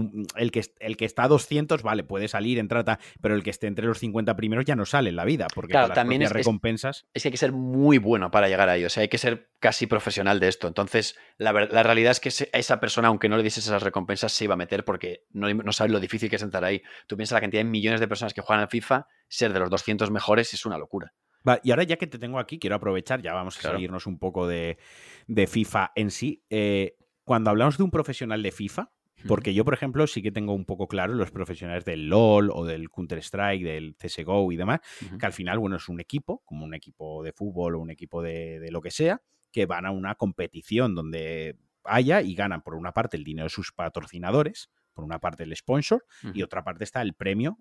el que está a 200, vale, puede salir, entra, pero el que esté entre los 50 primeros ya no sale en la vida, porque con Claro, las también propias recompensas... es que hay que ser muy bueno para llegar ahí, o sea, hay que ser casi profesional de esto. Entonces, la realidad es que esa persona, aunque no le dieses esas recompensas, se iba a meter porque no sabes lo difícil que es entrar ahí. Tú piensas la cantidad de millones de personas que juegan al FIFA, ser de los 200 mejores es una locura. Vale, y ahora ya que te tengo aquí, quiero aprovechar, ya vamos a Claro. salirnos un poco de FIFA en sí. Cuando hablamos de un profesional de FIFA, porque yo, por ejemplo, sí que tengo un poco claro los profesionales del LOL o del Counter-Strike, del CSGO y demás, que al final, bueno, es un equipo, como un equipo de fútbol o un equipo de lo que sea, que van a una competición donde haya y ganan por una parte el dinero de sus patrocinadores, por una parte el sponsor, y otra parte está el premio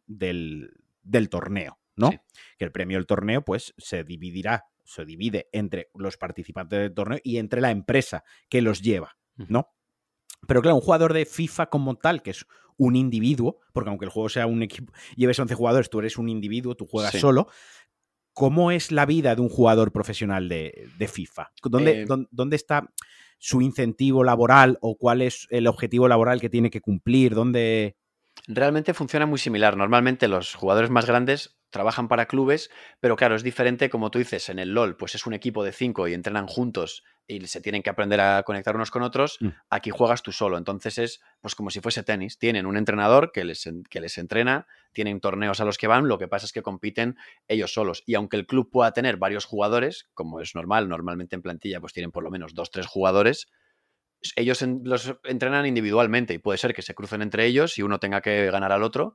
del torneo, ¿no? Sí. Que el premio del torneo, pues, se divide entre los participantes del torneo y entre la empresa que los lleva, ¿no? Pero claro, un jugador de FIFA como tal, que es un individuo, porque aunque el juego sea un equipo, lleves 11 jugadores, tú eres un individuo, tú juegas Sí. solo. ¿Cómo es la vida de un jugador profesional de FIFA? ¿Dónde está su incentivo laboral o cuál es el objetivo laboral que tiene que cumplir? ¿Dónde...? Realmente funciona muy similar. Normalmente los jugadores más grandes trabajan para clubes, pero claro, es diferente, como tú dices, en el LOL, pues es un equipo de 5 y entrenan juntos y se tienen que aprender a conectar unos con otros. Aquí juegas tú solo. Entonces es pues como si fuese tenis. Tienen un entrenador que les entrena, tienen torneos a los que van, lo que pasa es que compiten ellos solos. Y aunque el club pueda tener varios jugadores, como es normal, normalmente en plantilla pues tienen por lo menos 2 3 jugadores, ellos los entrenan individualmente y puede ser que se crucen entre ellos y uno tenga que ganar al otro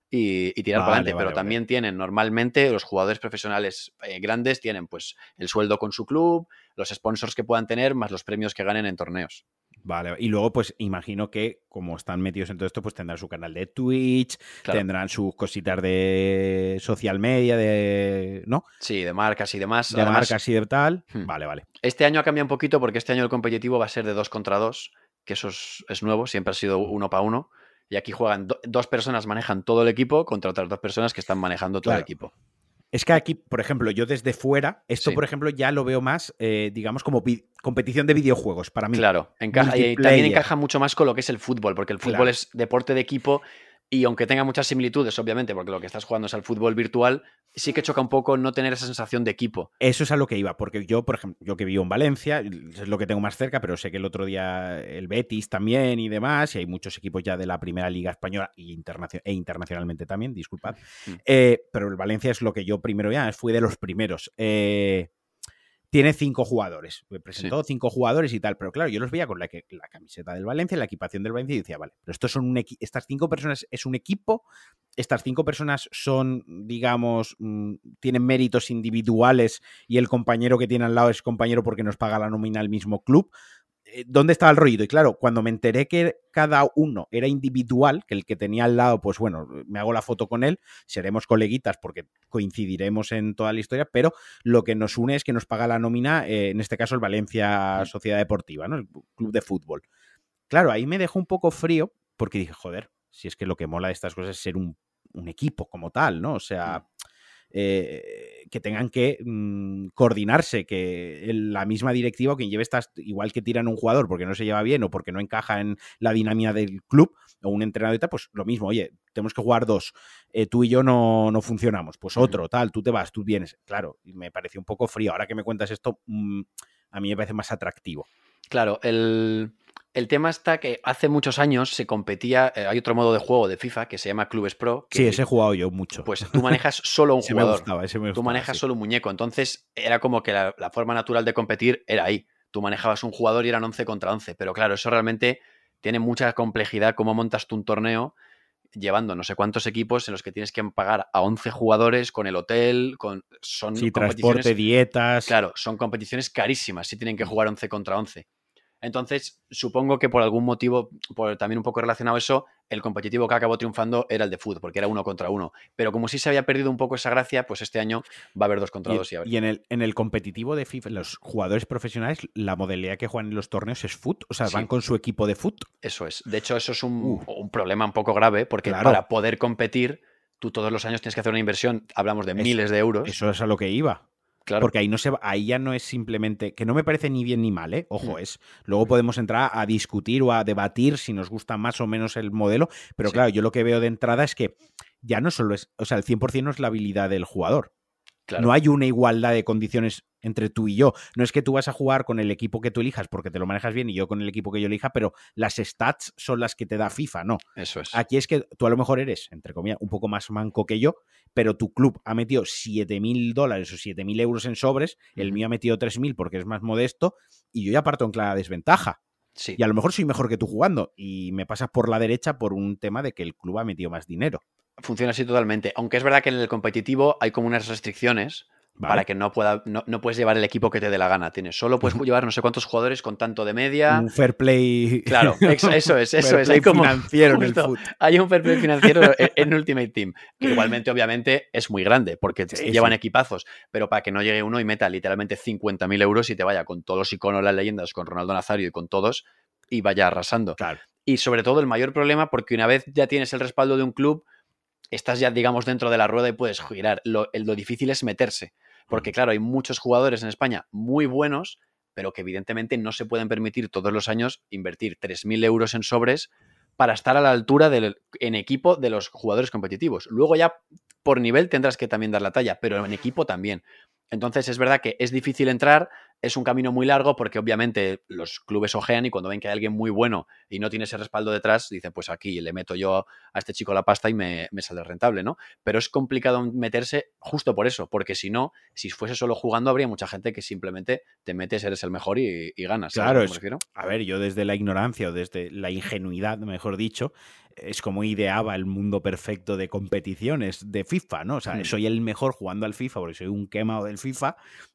y tirar para Vale, adelante, pero vale, vale. también tienen normalmente los jugadores profesionales grandes tienen pues el sueldo con su club, los sponsors que puedan tener, más los premios que ganen en torneos. Vale, y luego pues imagino que como están metidos en todo esto, pues tendrán su canal de Twitch, Claro. tendrán sus cositas de social media, ¿no? Sí, de marcas y demás. De Además, marcas y de tal. hmm, Vale, vale. este año ha cambiado un poquito porque este año el competitivo va a ser de 2 contra 2, que eso es nuevo, siempre ha sido uno para uno. Y aquí juegan dos personas manejan todo el equipo contra otras dos personas que están manejando todo el Claro. equipo. Es que aquí, por ejemplo, yo desde fuera, esto, Sí. por ejemplo, ya lo veo más, digamos, como competición de videojuegos para mí. Claro, encaja, y también Multiplayer. encaja mucho más con lo que es el fútbol, porque el fútbol Claro. es deporte de equipo y aunque tenga muchas similitudes, obviamente, porque lo que estás jugando es al fútbol virtual, sí que choca un poco no tener esa sensación de equipo. Eso es a lo que iba, porque yo, por ejemplo, yo que vivo en Valencia, es lo que tengo más cerca, pero sé que el otro día el Betis también y demás, y hay muchos equipos ya de la primera liga española e internacionalmente también, disculpad. Pero el Valencia es lo que yo primero ya fui de los primeros. Tiene 5 jugadores. Me presentó 5 jugadores y tal. Pero claro, yo los veía con la camiseta del Valencia, la equipación del Valencia y decía, vale, pero estos son estas 5 personas es un equipo. Estas 5 personas son, digamos, tienen méritos individuales y el compañero que tiene al lado es compañero porque nos paga la nómina el mismo club. ¿Dónde estaba el rollo? Y claro, cuando me enteré que cada uno era individual, que el que tenía al lado, pues bueno, me hago la foto con él, seremos coleguitas porque coincidiremos en toda la historia, pero lo que nos une es que nos paga la nómina, en este caso el Valencia Sociedad Deportiva, ¿no? El club de fútbol. Claro, ahí me dejó un poco frío porque dije, joder, si es que lo que mola de estas cosas es ser un equipo como tal, ¿no? O sea, que tengan que coordinarse, que la misma directiva o quien lleve estas, igual que tiran a un jugador porque no se lleva bien o porque no encaja en la dinámica del club o un entrenador y tal, pues lo mismo, oye, tenemos que jugar 2, tú y yo no funcionamos, pues otro, tal, tú te vas, tú vienes. Claro, y me pareció un poco frío. Ahora que me cuentas esto, a mí me parece más atractivo. Claro, el tema está que hace muchos años se competía, hay otro modo de juego de FIFA que se llama Clubes Pro, Sí, que ese he jugado yo mucho. pues tú manejas solo un Ese me jugador, gustaba, tú manejas sí. solo un muñeco, entonces era como que la forma natural de competir era ahí, tú manejabas un jugador y eran 11 contra 11, pero claro, eso realmente tiene mucha complejidad, cómo montas tú un torneo llevando no sé cuántos equipos en los que tienes que pagar a 11 jugadores con el hotel, son Sí, transporte, competiciones, dietas. claro, son competiciones carísimas si tienen que jugar 11 contra 11. Entonces, supongo que por algún motivo, también un poco relacionado a eso, el competitivo que acabó triunfando era el de fútbol, porque era 1 contra 1. Pero como sí se había perdido un poco esa gracia, pues este año va a haber 2 contra 2 y a ver. Y en el competitivo de FIFA, los jugadores profesionales, la modalidad que juegan en los torneos es foot, o sea, Sí, van con su equipo de foot. eso es. De hecho, eso es un problema un poco grave, porque Claro, para poder competir, tú todos los años tienes que hacer una inversión, hablamos de miles de euros. eso es a lo que iba. Claro. Porque ahí no se va, ahí ya no es simplemente, que no me parece ni bien ni mal, ¿eh? Ojo, es. Luego podemos entrar a discutir o a debatir si nos gusta más o menos el modelo, pero Sí, claro, yo lo que veo de entrada es que ya no solo es, o sea, el 100% no es la habilidad del jugador. No claro. hay una igualdad de condiciones entre tú y yo. No es que tú vas a jugar con el equipo que tú elijas porque te lo manejas bien y yo con el equipo que yo elija, pero las stats son las que te da FIFA, no. Eso es. Aquí es que tú a lo mejor eres, entre comillas, un poco más manco que yo, pero tu club ha metido $7.000 o 7.000 euros en sobres, el mío ha metido 3.000 porque es más modesto y yo ya parto en clara desventaja. Sí. Y a lo mejor soy mejor que tú jugando y me pasas por la derecha por un tema de que el club ha metido más dinero. Funciona así totalmente. Aunque es verdad que en el competitivo hay como unas restricciones para ¿Vale? que no puedes llevar el equipo que te dé la gana. Solo puedes llevar no sé cuántos jugadores con tanto de media. Un fair play. Claro, eso es. Fair play Hay como financiero en el justo, foot. hay un fair play financiero en Ultimate Team, que igualmente, obviamente, es muy grande, porque Sí, llevan sí. equipazos, pero para que no llegue uno y meta literalmente 50.000 euros y te vaya con todos los iconos, las leyendas, con Ronaldo Nazario y con todos, y vaya arrasando. Claro. Y sobre todo el mayor problema, porque una vez ya tienes el respaldo de un club, estás ya, digamos, dentro de la rueda y puedes girar. Lo difícil es meterse. Porque, claro, hay muchos jugadores en España muy buenos, pero que evidentemente no se pueden permitir todos los años invertir 3.000 euros en sobres para estar a la altura en equipo de los jugadores competitivos. Luego ya por nivel tendrás que también dar la talla, pero en equipo también. Entonces es verdad que es difícil entrar, es un camino muy largo porque obviamente los clubes ojean y cuando ven que hay alguien muy bueno y no tiene ese respaldo detrás, dicen pues aquí le meto yo a este chico la pasta y me sale rentable, ¿no? Pero es complicado meterse justo por eso, porque si no, si fuese solo jugando habría mucha gente que simplemente te metes, eres el mejor y ganas, ¿sabes a Claro, lo que me refiero? a ver, yo desde la ignorancia o desde la ingenuidad, mejor dicho, es como ideaba el mundo perfecto de competiciones de FIFA, ¿no? O sea, soy el mejor jugando al FIFA porque soy un quemado del FIFA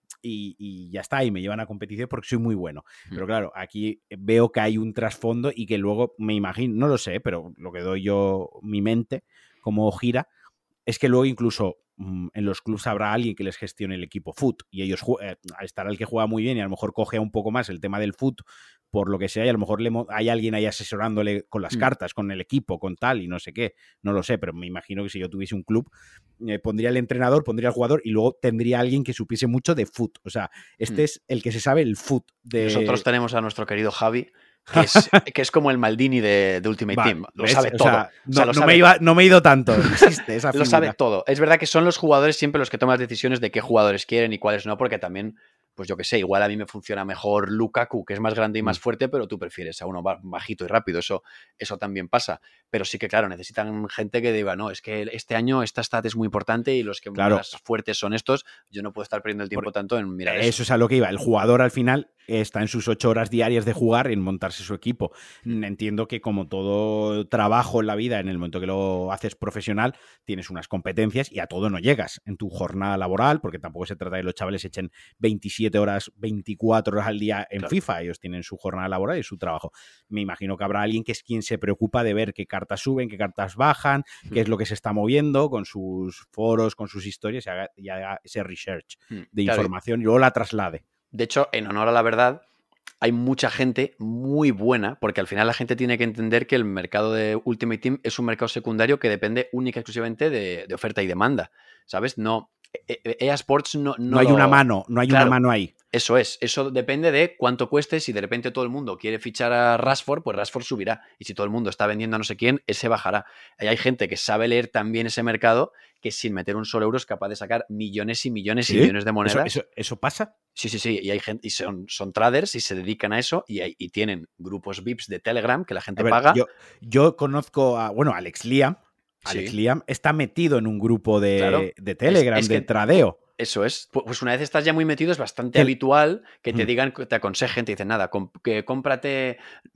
y ya está, y me llevan a competición porque soy muy bueno. Pero claro, aquí veo que hay un trasfondo y que luego me imagino, no lo sé, pero lo que doy yo, mi mente, como gira, es que luego incluso en los clubs habrá alguien que les gestione el equipo foot y ellos estará el que juega muy bien y a lo mejor coge un poco más el tema del foot por lo que sea y a lo mejor hay alguien ahí asesorándole con las cartas, con el equipo, con tal y no sé qué, no lo sé, pero me imagino que si yo tuviese un club pondría el entrenador, pondría el jugador y luego tendría alguien que supiese mucho de foot, o sea, este es el que se sabe el foot de... Nosotros tenemos a nuestro querido Javi, que es como el Maldini de Ultimate Team. Lo sabe todo. O sea, no me he ido tanto. Existe esa Lo figura. sabe todo. Es verdad que son los jugadores siempre los que toman las decisiones de qué jugadores quieren y cuáles no, porque también, pues yo qué sé, igual a mí me funciona mejor Lukaku, que es más grande y más fuerte, pero tú prefieres a uno bajito y rápido. Eso también pasa. Pero sí que, claro, necesitan gente que diga, no, es que este año esta stat es muy importante y los que más fuertes son estos. Yo no puedo estar perdiendo el tiempo tanto en mirar eso. Eso es a lo que iba. El jugador al final está en sus 8 horas diarias de jugar en montarse su equipo. Entiendo que como todo trabajo en la vida, en el momento que lo haces profesional, tienes unas competencias y a todo no llegas en tu jornada laboral, porque tampoco se trata de que los chavales echen 27 horas, 24 horas al día en FIFA. Ellos tienen su jornada laboral y su trabajo. Me imagino que habrá alguien que es quien se preocupa de ver qué cartas suben, qué cartas bajan, qué es lo que se está moviendo con sus foros, con sus historias y haga ese research de información y luego la traslade. De hecho, en honor a la verdad, hay mucha gente muy buena, porque al final la gente tiene que entender que el mercado de Ultimate Team es un mercado secundario que depende única y exclusivamente de oferta y demanda, ¿sabes? No, EA Sports no hay una mano, una mano ahí. Eso depende de cuánto cueste. Si de repente todo el mundo quiere fichar a Rashford, pues Rashford subirá. Y si todo el mundo está vendiendo a no sé quién, ese bajará. Y hay gente que sabe leer también ese mercado, que sin meter un solo euro es capaz de sacar millones y millones y millones de monedas. ¿Eso pasa? Sí. Y hay gente, y son traders y se dedican a eso y tienen grupos VIPs de Telegram que la gente paga. Yo conozco a, Alex Liam. Alex Liam está metido en un grupo de Telegram, de tradeo. Eso es. Pues una vez estás ya muy metido, es bastante habitual que te digan, te aconsejen, te dicen, nada, que cómprate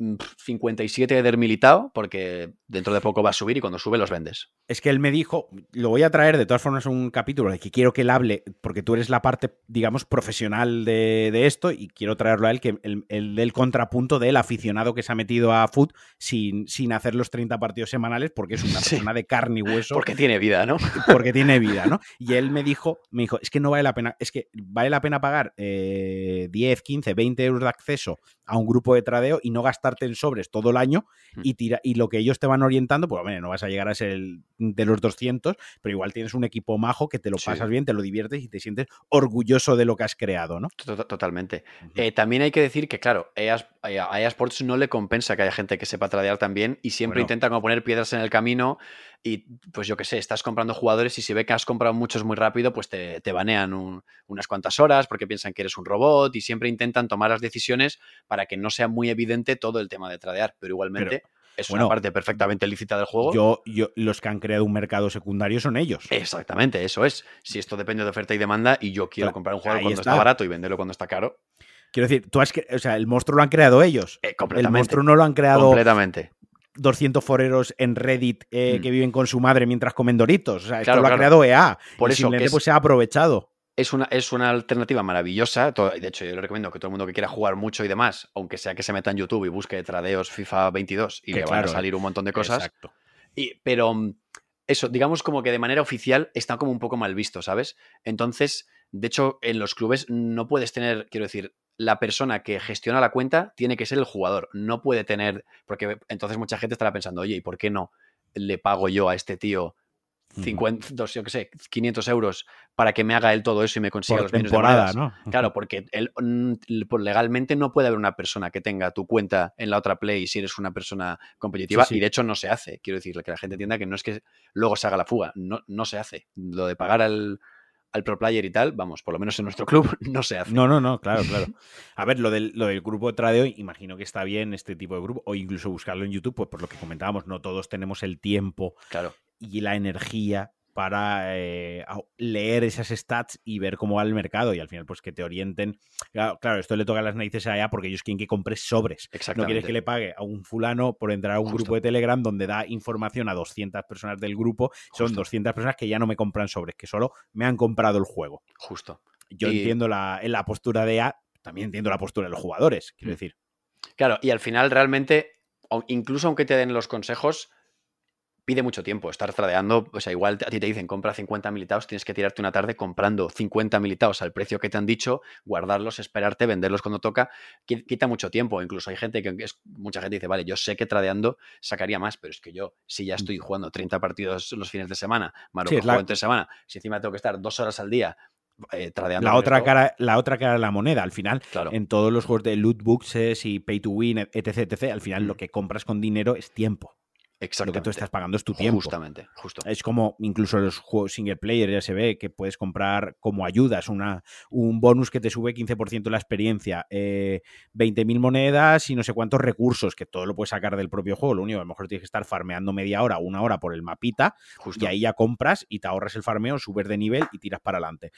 57 de Militao porque dentro de poco va a subir y cuando sube los vendes. Es que él me dijo, lo voy a traer de todas formas a un capítulo de que quiero que él hable, porque tú eres la parte, digamos, profesional de esto y quiero traerlo a él, que el del contrapunto del aficionado que se ha metido a foot sin hacer los 30 partidos semanales porque es una persona de carne y hueso. Porque tiene vida, ¿no? Porque tiene vida, ¿no? Y él me dijo, es que no vale la pena, es que vale la pena pagar 10, 15, 20 euros de acceso a un grupo de tradeo y no gastarte en sobres todo el año y lo que ellos te van orientando, pues bueno, no vas a llegar a ser el de los 200, pero igual tienes un equipo majo que te lo pasas bien, te lo diviertes y te sientes orgulloso de lo que has creado, ¿no? Totalmente. También hay que decir que, claro, a EA Sports no le compensa que haya gente que sepa tradear también y siempre intenta como poner piedras en el camino y, pues yo qué sé, estás comprando jugadores y si ve que has comprado muchos muy rápido, pues te banean unas cuantas horas porque piensan que eres un robot y siempre intentan tomar las decisiones para que no sea muy evidente todo el tema de tradear, pero igualmente... Es una parte perfectamente lícita del juego. Los que han creado un mercado secundario son ellos. Exactamente, eso es. Si esto depende de oferta y demanda y yo quiero comprar un jugador cuando está barato y venderlo cuando está caro. Quiero decir, el monstruo lo han creado ellos. El monstruo no lo han creado completamente. 200 foreros en Reddit que viven con su madre mientras comen Doritos. O sea, esto lo ha creado EA. Por eso simplemente pues se ha aprovechado. Es una alternativa maravillosa. De hecho, yo le recomiendo que todo el mundo que quiera jugar mucho y demás, aunque sea que se meta en YouTube y busque tradeos FIFA 22 y le van a salir un montón de cosas. Exacto. Pero eso, digamos como que de manera oficial está como un poco mal visto, ¿sabes? Entonces, de hecho, en los clubes no puedes tener, quiero decir, la persona que gestiona la cuenta tiene que ser el jugador. No puede tener, porque entonces mucha gente estará pensando, oye, ¿y por qué no le pago yo a este tío 500 euros para que me haga él todo eso y me consiga los millones de monedas? ¿no? Claro, porque él legalmente no puede haber una persona que tenga tu cuenta en la otra Play si eres una persona competitiva y de hecho no se hace. Quiero decir, que la gente entienda que no es que luego se haga la fuga, no se hace. Lo de pagar al pro player y tal, vamos, por lo menos en nuestro club no se hace. No, claro. A ver, lo del grupo de tradeo, imagino que está bien este tipo de grupo, o incluso buscarlo en YouTube, pues por lo que comentábamos, no todos tenemos el tiempo y la energía para leer esas stats y ver cómo va el mercado y al final pues que te orienten. Claro, esto le toca a las narices a EA porque ellos quieren que compres sobres. No quieres que le pague a un fulano por entrar a un grupo de Telegram donde da información a 200 personas del grupo. Son 200 personas que ya no me compran sobres, que solo me han comprado el juego. Justo. Yo entiendo la postura de EA, también entiendo la postura de los jugadores, quiero decir. Claro, y al final realmente, incluso aunque te den los consejos, pide mucho tiempo estar tradeando. O sea, igual a ti te dicen compra 50 militaos, tienes que tirarte una tarde comprando 50 militaos al precio que te han dicho, guardarlos, esperarte, venderlos cuando toca. Quita mucho tiempo. Incluso hay gente mucha gente dice, vale, yo sé que tradeando sacaría más, pero es que yo, si ya estoy jugando 30 partidos los fines de semana, malo que juego entre semana, si encima tengo que estar 2 horas al día tradeando. La otra cara de la moneda, al final, claro. En todos los juegos de loot boxes y pay to win, etc, al final lo que compras con dinero es tiempo. Exactamente. Lo que tú estás pagando es tu tiempo. Justamente, justo. Es como incluso los juegos single player, ya se ve que puedes comprar como ayudas un bonus que te sube 15% la experiencia, 20.000 monedas y no sé cuántos recursos, que todo lo puedes sacar del propio juego. Lo único, a lo mejor tienes que estar farmeando media hora, una hora por el mapita, justo. Y ahí ya compras y te ahorras el farmeo, subes de nivel y tiras para adelante.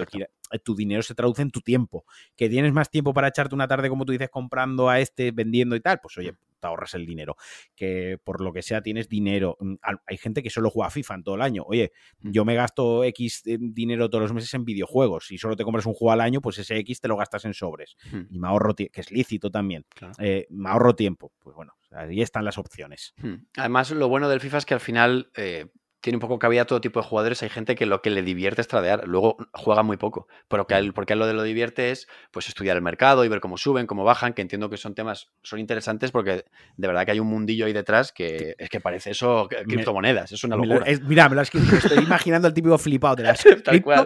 Tu dinero se traduce en tu tiempo. ¿Que tienes más tiempo para echarte una tarde, como tú dices, comprando a vendiendo y tal? Pues oye, te ahorras el dinero. Que por lo que sea tienes dinero. Hay gente que solo juega a FIFA en todo el año. Oye, yo me gasto X dinero todos los meses en videojuegos. Si solo te compras un juego al año, pues ese X te lo gastas en sobres. Y me ahorro que es lícito también. Claro. Me ahorro tiempo. Pues bueno, ahí están las opciones. Además, lo bueno del FIFA es que al final tiene un poco cabida a todo tipo de jugadores. Hay gente que lo que le divierte es tradear. Luego juega muy poco. Pero porque a lo de lo divierte es pues estudiar el mercado y ver cómo suben, cómo bajan, que entiendo que son interesantes porque de verdad que hay un mundillo ahí detrás que es que parece eso criptomonedas. Es una locura. Mira, me lo estoy imaginando el típico flipado de las cripto.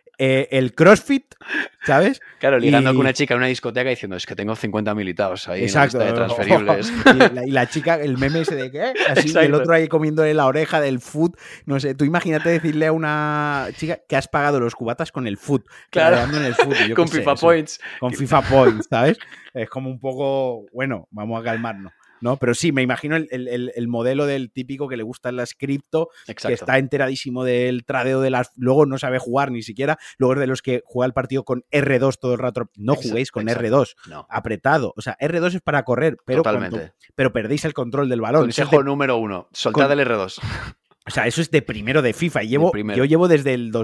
El CrossFit, ¿sabes? Claro, ligando con una chica en una discoteca diciendo, es que tengo 50 militados ahí. Exacto. En la lista de transferibles. Y la chica, el meme ese de ¿qué? Así, y el otro ahí comiéndole la oreja del food. No sé, tú imagínate decirle a una chica que has pagado los cubatas con el food. Claro. En el food, con FIFA Points. Con FIFA Points, ¿sabes? Es como un poco, bueno, vamos a calmarnos. ¿No? Pero sí, me imagino el modelo del típico que le gustan las cripto, que está enteradísimo del tradeo de las... Luego no sabe jugar ni siquiera. Luego es de los que juega el partido con R2 todo el rato. No juguéis con R2. No. Apretado. O sea, R2 es para correr, pero, pero perdéis el control del balón. Consejo número 1. Soltad el R2. O sea, eso es de primero de FIFA. Yo llevo desde el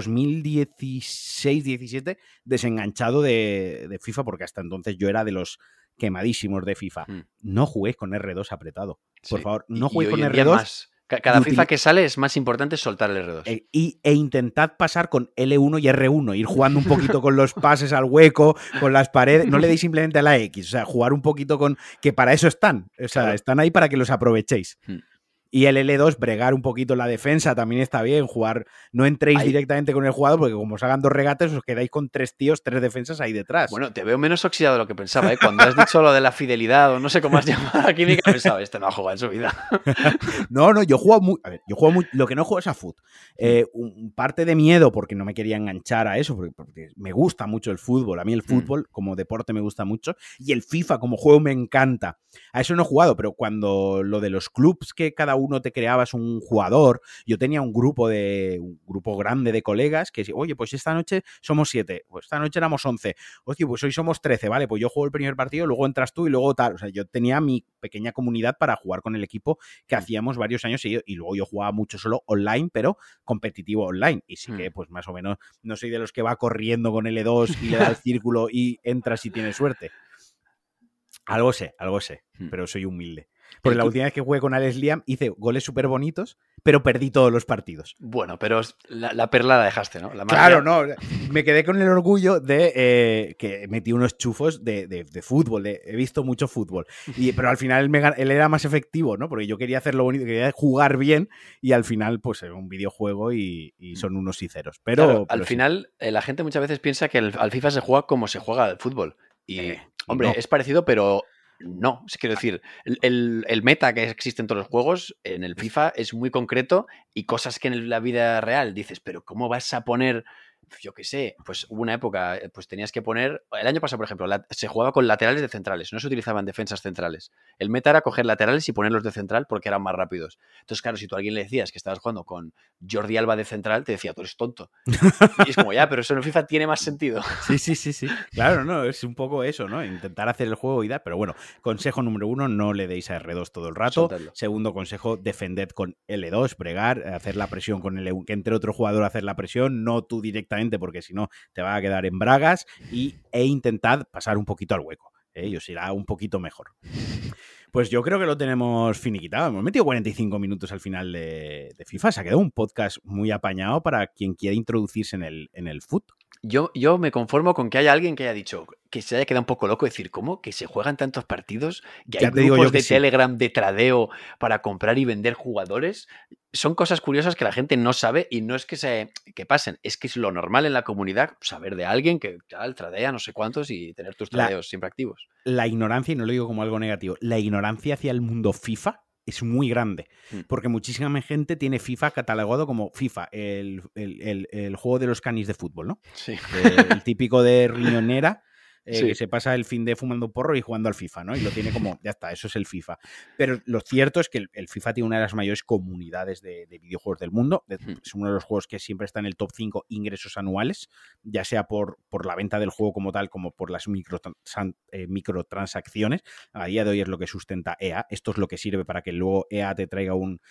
2016-17 desenganchado de FIFA porque hasta entonces yo era de los quemadísimos de FIFA. No juguéis con R2 apretado. Por favor, no juguéis con R2. Cada FIFA que sale es más importante soltar el R2. E intentad pasar con L1 y R1, ir jugando un poquito con los pases al hueco, con las paredes. No le deis simplemente a la X, o sea, jugar un poquito con... Que para eso están. O sea, están ahí para que los aprovechéis. Y el L2, bregar un poquito la defensa, también está bien. Jugar, no entréis directamente con el jugador, porque como os hagan dos regates, os quedáis con 3 tíos, 3 defensas ahí detrás. Bueno, te veo menos oxidado de lo que pensaba, ¿eh? Cuando has dicho lo de la fidelidad, o no sé cómo has llamado la química, pensaba, este no ha jugado en su vida. No, yo juego muy. A ver, yo juego muy. Lo que no juego es a fútbol. Parte de miedo, porque no me quería enganchar a eso, porque me gusta mucho el fútbol. A mí el fútbol, como deporte, me gusta mucho. Y el FIFA, como juego, me encanta. A eso no he jugado, pero cuando lo de los clubs que cada uno te creabas un jugador, yo tenía un grupo grande de colegas que, oye, pues esta noche somos 7, pues esta noche éramos 11, oye, pues hoy somos 13, vale, pues yo juego el primer partido, luego entras tú y luego tal. O sea, yo tenía mi pequeña comunidad para jugar con el equipo que hacíamos varios años seguidos, y luego yo jugaba mucho solo online, pero competitivo online, y sí que pues más o menos no soy de los que va corriendo con L2 y le da el círculo y entras si tienes suerte. Algo sé, pero soy humilde. Porque la última vez que jugué con Alex Liam hice goles súper bonitos, pero perdí todos los partidos. Bueno, pero la perla la dejaste, ¿no? Claro, no. Me quedé con el orgullo de que metí unos chufos de fútbol. He visto mucho fútbol. Pero al final él era más efectivo, ¿no? Porque yo quería hacerlo bonito, quería jugar bien, y al final, pues, es un videojuego y son unos y ceros. Pero, claro, al final, la gente muchas veces piensa que al FIFA se juega como se juega al fútbol. Y, hombre, no. Es parecido, pero... No, quiero decir, el meta que existe en todos los juegos, en el FIFA, es muy concreto, y cosas que en la vida real dices, pero ¿cómo vas a poner yo qué sé, pues hubo una época, pues tenías que poner, el año pasado, por ejemplo, se jugaba con laterales de centrales, no se utilizaban defensas centrales. El meta era coger laterales y ponerlos de central porque eran más rápidos. Entonces, claro, si tú a alguien le decías que estabas jugando con Jordi Alba de central, te decía, tú eres tonto. Y es como, ya, pero eso en el FIFA tiene más sentido. Sí. Claro, no, es un poco eso, ¿no? Intentar hacer el juego y dar, pero bueno, consejo número 1, no le deis a R2 todo el rato. Soltadlo. Segundo consejo, defended con L2, bregar, hacer la presión con L1, que entre otro jugador hacer la presión, no tú directamente, porque si no te va a quedar en bragas, e intentad pasar un poquito al hueco, y os irá un poquito mejor. Pues yo creo que lo tenemos finiquitado. Hemos metido 45 minutos al final de FIFA. Se ha quedado un podcast muy apañado para quien quiera introducirse en el fut. Yo me conformo con que haya alguien que haya dicho, que se haya quedado un poco loco, decir, ¿cómo? ¿Que se juegan tantos partidos? ¿Que hay grupos de Telegram de tradeo para comprar y vender jugadores? Son cosas curiosas que la gente no sabe y no es que pasen, es que es lo normal en la comunidad saber de alguien que tal, tradea no sé cuántos y tener tus tradeos siempre activos. La ignorancia, y no lo digo como algo negativo, la ignorancia hacia el mundo FIFA es muy grande, porque muchísima gente tiene FIFA catalogado como FIFA, el juego de los canis de fútbol, ¿no? Sí. El típico de riñonera, que se pasa el fin de fumando porro y jugando al FIFA, ¿no? Y lo tiene como, ya está, eso es el FIFA. Pero lo cierto es que el FIFA tiene una de las mayores comunidades de videojuegos del mundo. Es uno de los juegos que siempre está en el top 5 ingresos anuales, ya sea por la venta del juego como tal, como por las microtransacciones. A día de hoy es lo que sustenta EA. Esto es lo que sirve para que luego EA te traiga un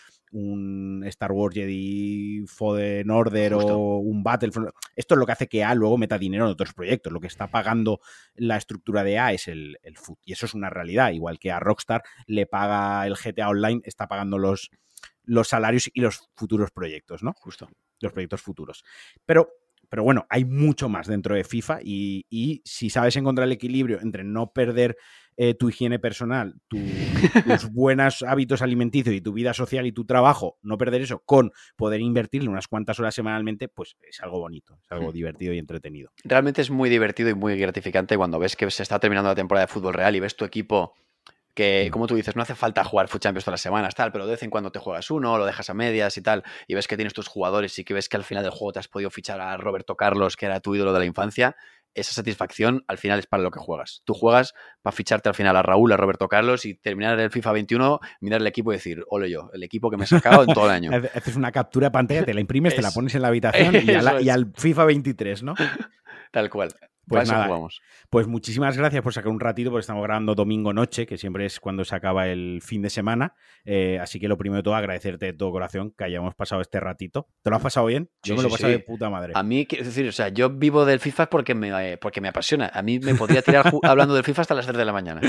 Star Wars Jedi Fallen Order o un Battlefront. Esto es lo que hace que EA luego meta dinero en otros proyectos. Lo que está pagando la estructura de EA es el FUT. Y eso es una realidad. Igual que a Rockstar le paga el GTA Online, está pagando los salarios y los futuros proyectos, ¿no? Justo. Los proyectos futuros. Pero bueno, hay mucho más dentro de FIFA y si sabes encontrar el equilibrio entre no perder tu higiene personal, tus buenos hábitos alimenticios y tu vida social y tu trabajo, no perder eso con poder invertirle unas cuantas horas semanalmente, pues es algo bonito, es algo divertido y entretenido. Realmente es muy divertido y muy gratificante cuando ves que se está terminando la temporada de fútbol real y ves tu equipo que, como tú dices, no hace falta jugar Foot Champions todas las semanas, tal, pero de vez en cuando te juegas uno, lo dejas a medias y tal, y ves que tienes tus jugadores y que ves que al final del juego te has podido fichar a Roberto Carlos, que era tu ídolo de la infancia. Esa satisfacción al final es para lo que juegas. Tú juegas para ficharte al final a Raúl, a Roberto Carlos y terminar el FIFA 21, mirar el equipo y decir, ole yo, el equipo que me he sacado en todo el año. Haces una captura de pantalla, te la imprimes, te la pones en la habitación y al FIFA 23, ¿no? Tal cual. Pues nada, pues muchísimas gracias por sacar un ratito, porque estamos grabando domingo noche, que siempre es cuando se acaba el fin de semana. Así que lo primero de todo, agradecerte de todo corazón que hayamos pasado este ratito. ¿Te lo has pasado bien? Yo me lo he pasado de puta madre. A mí, es decir, o sea, yo vivo del FIFA porque me apasiona. A mí me podría tirar hablando del FIFA hasta las 3 de la mañana.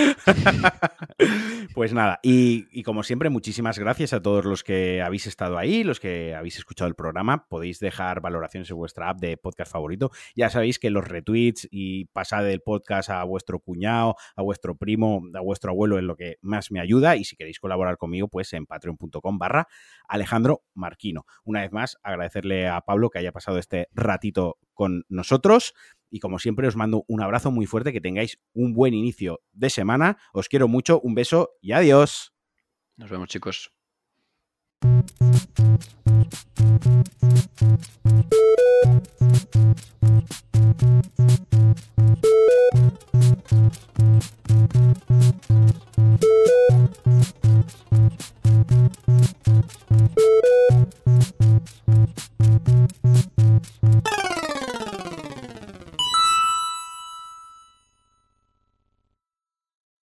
Pues nada, y como siempre, muchísimas gracias a todos los que habéis estado ahí, los que habéis escuchado el programa. Podéis dejar valoraciones en vuestra app de podcast favorito. Ya sabéis que los retweets y pasar del podcast a vuestro cuñado, a vuestro primo, a vuestro abuelo es lo que más me ayuda. Y si queréis colaborar conmigo, pues en patreon.com/Alejandro Marquino. Una vez más, agradecerle a Pablo que haya pasado este ratito con nosotros. Y como siempre, os mando un abrazo muy fuerte, que tengáis un buen inicio de semana. Os quiero mucho, un beso y adiós. Nos vemos, chicos.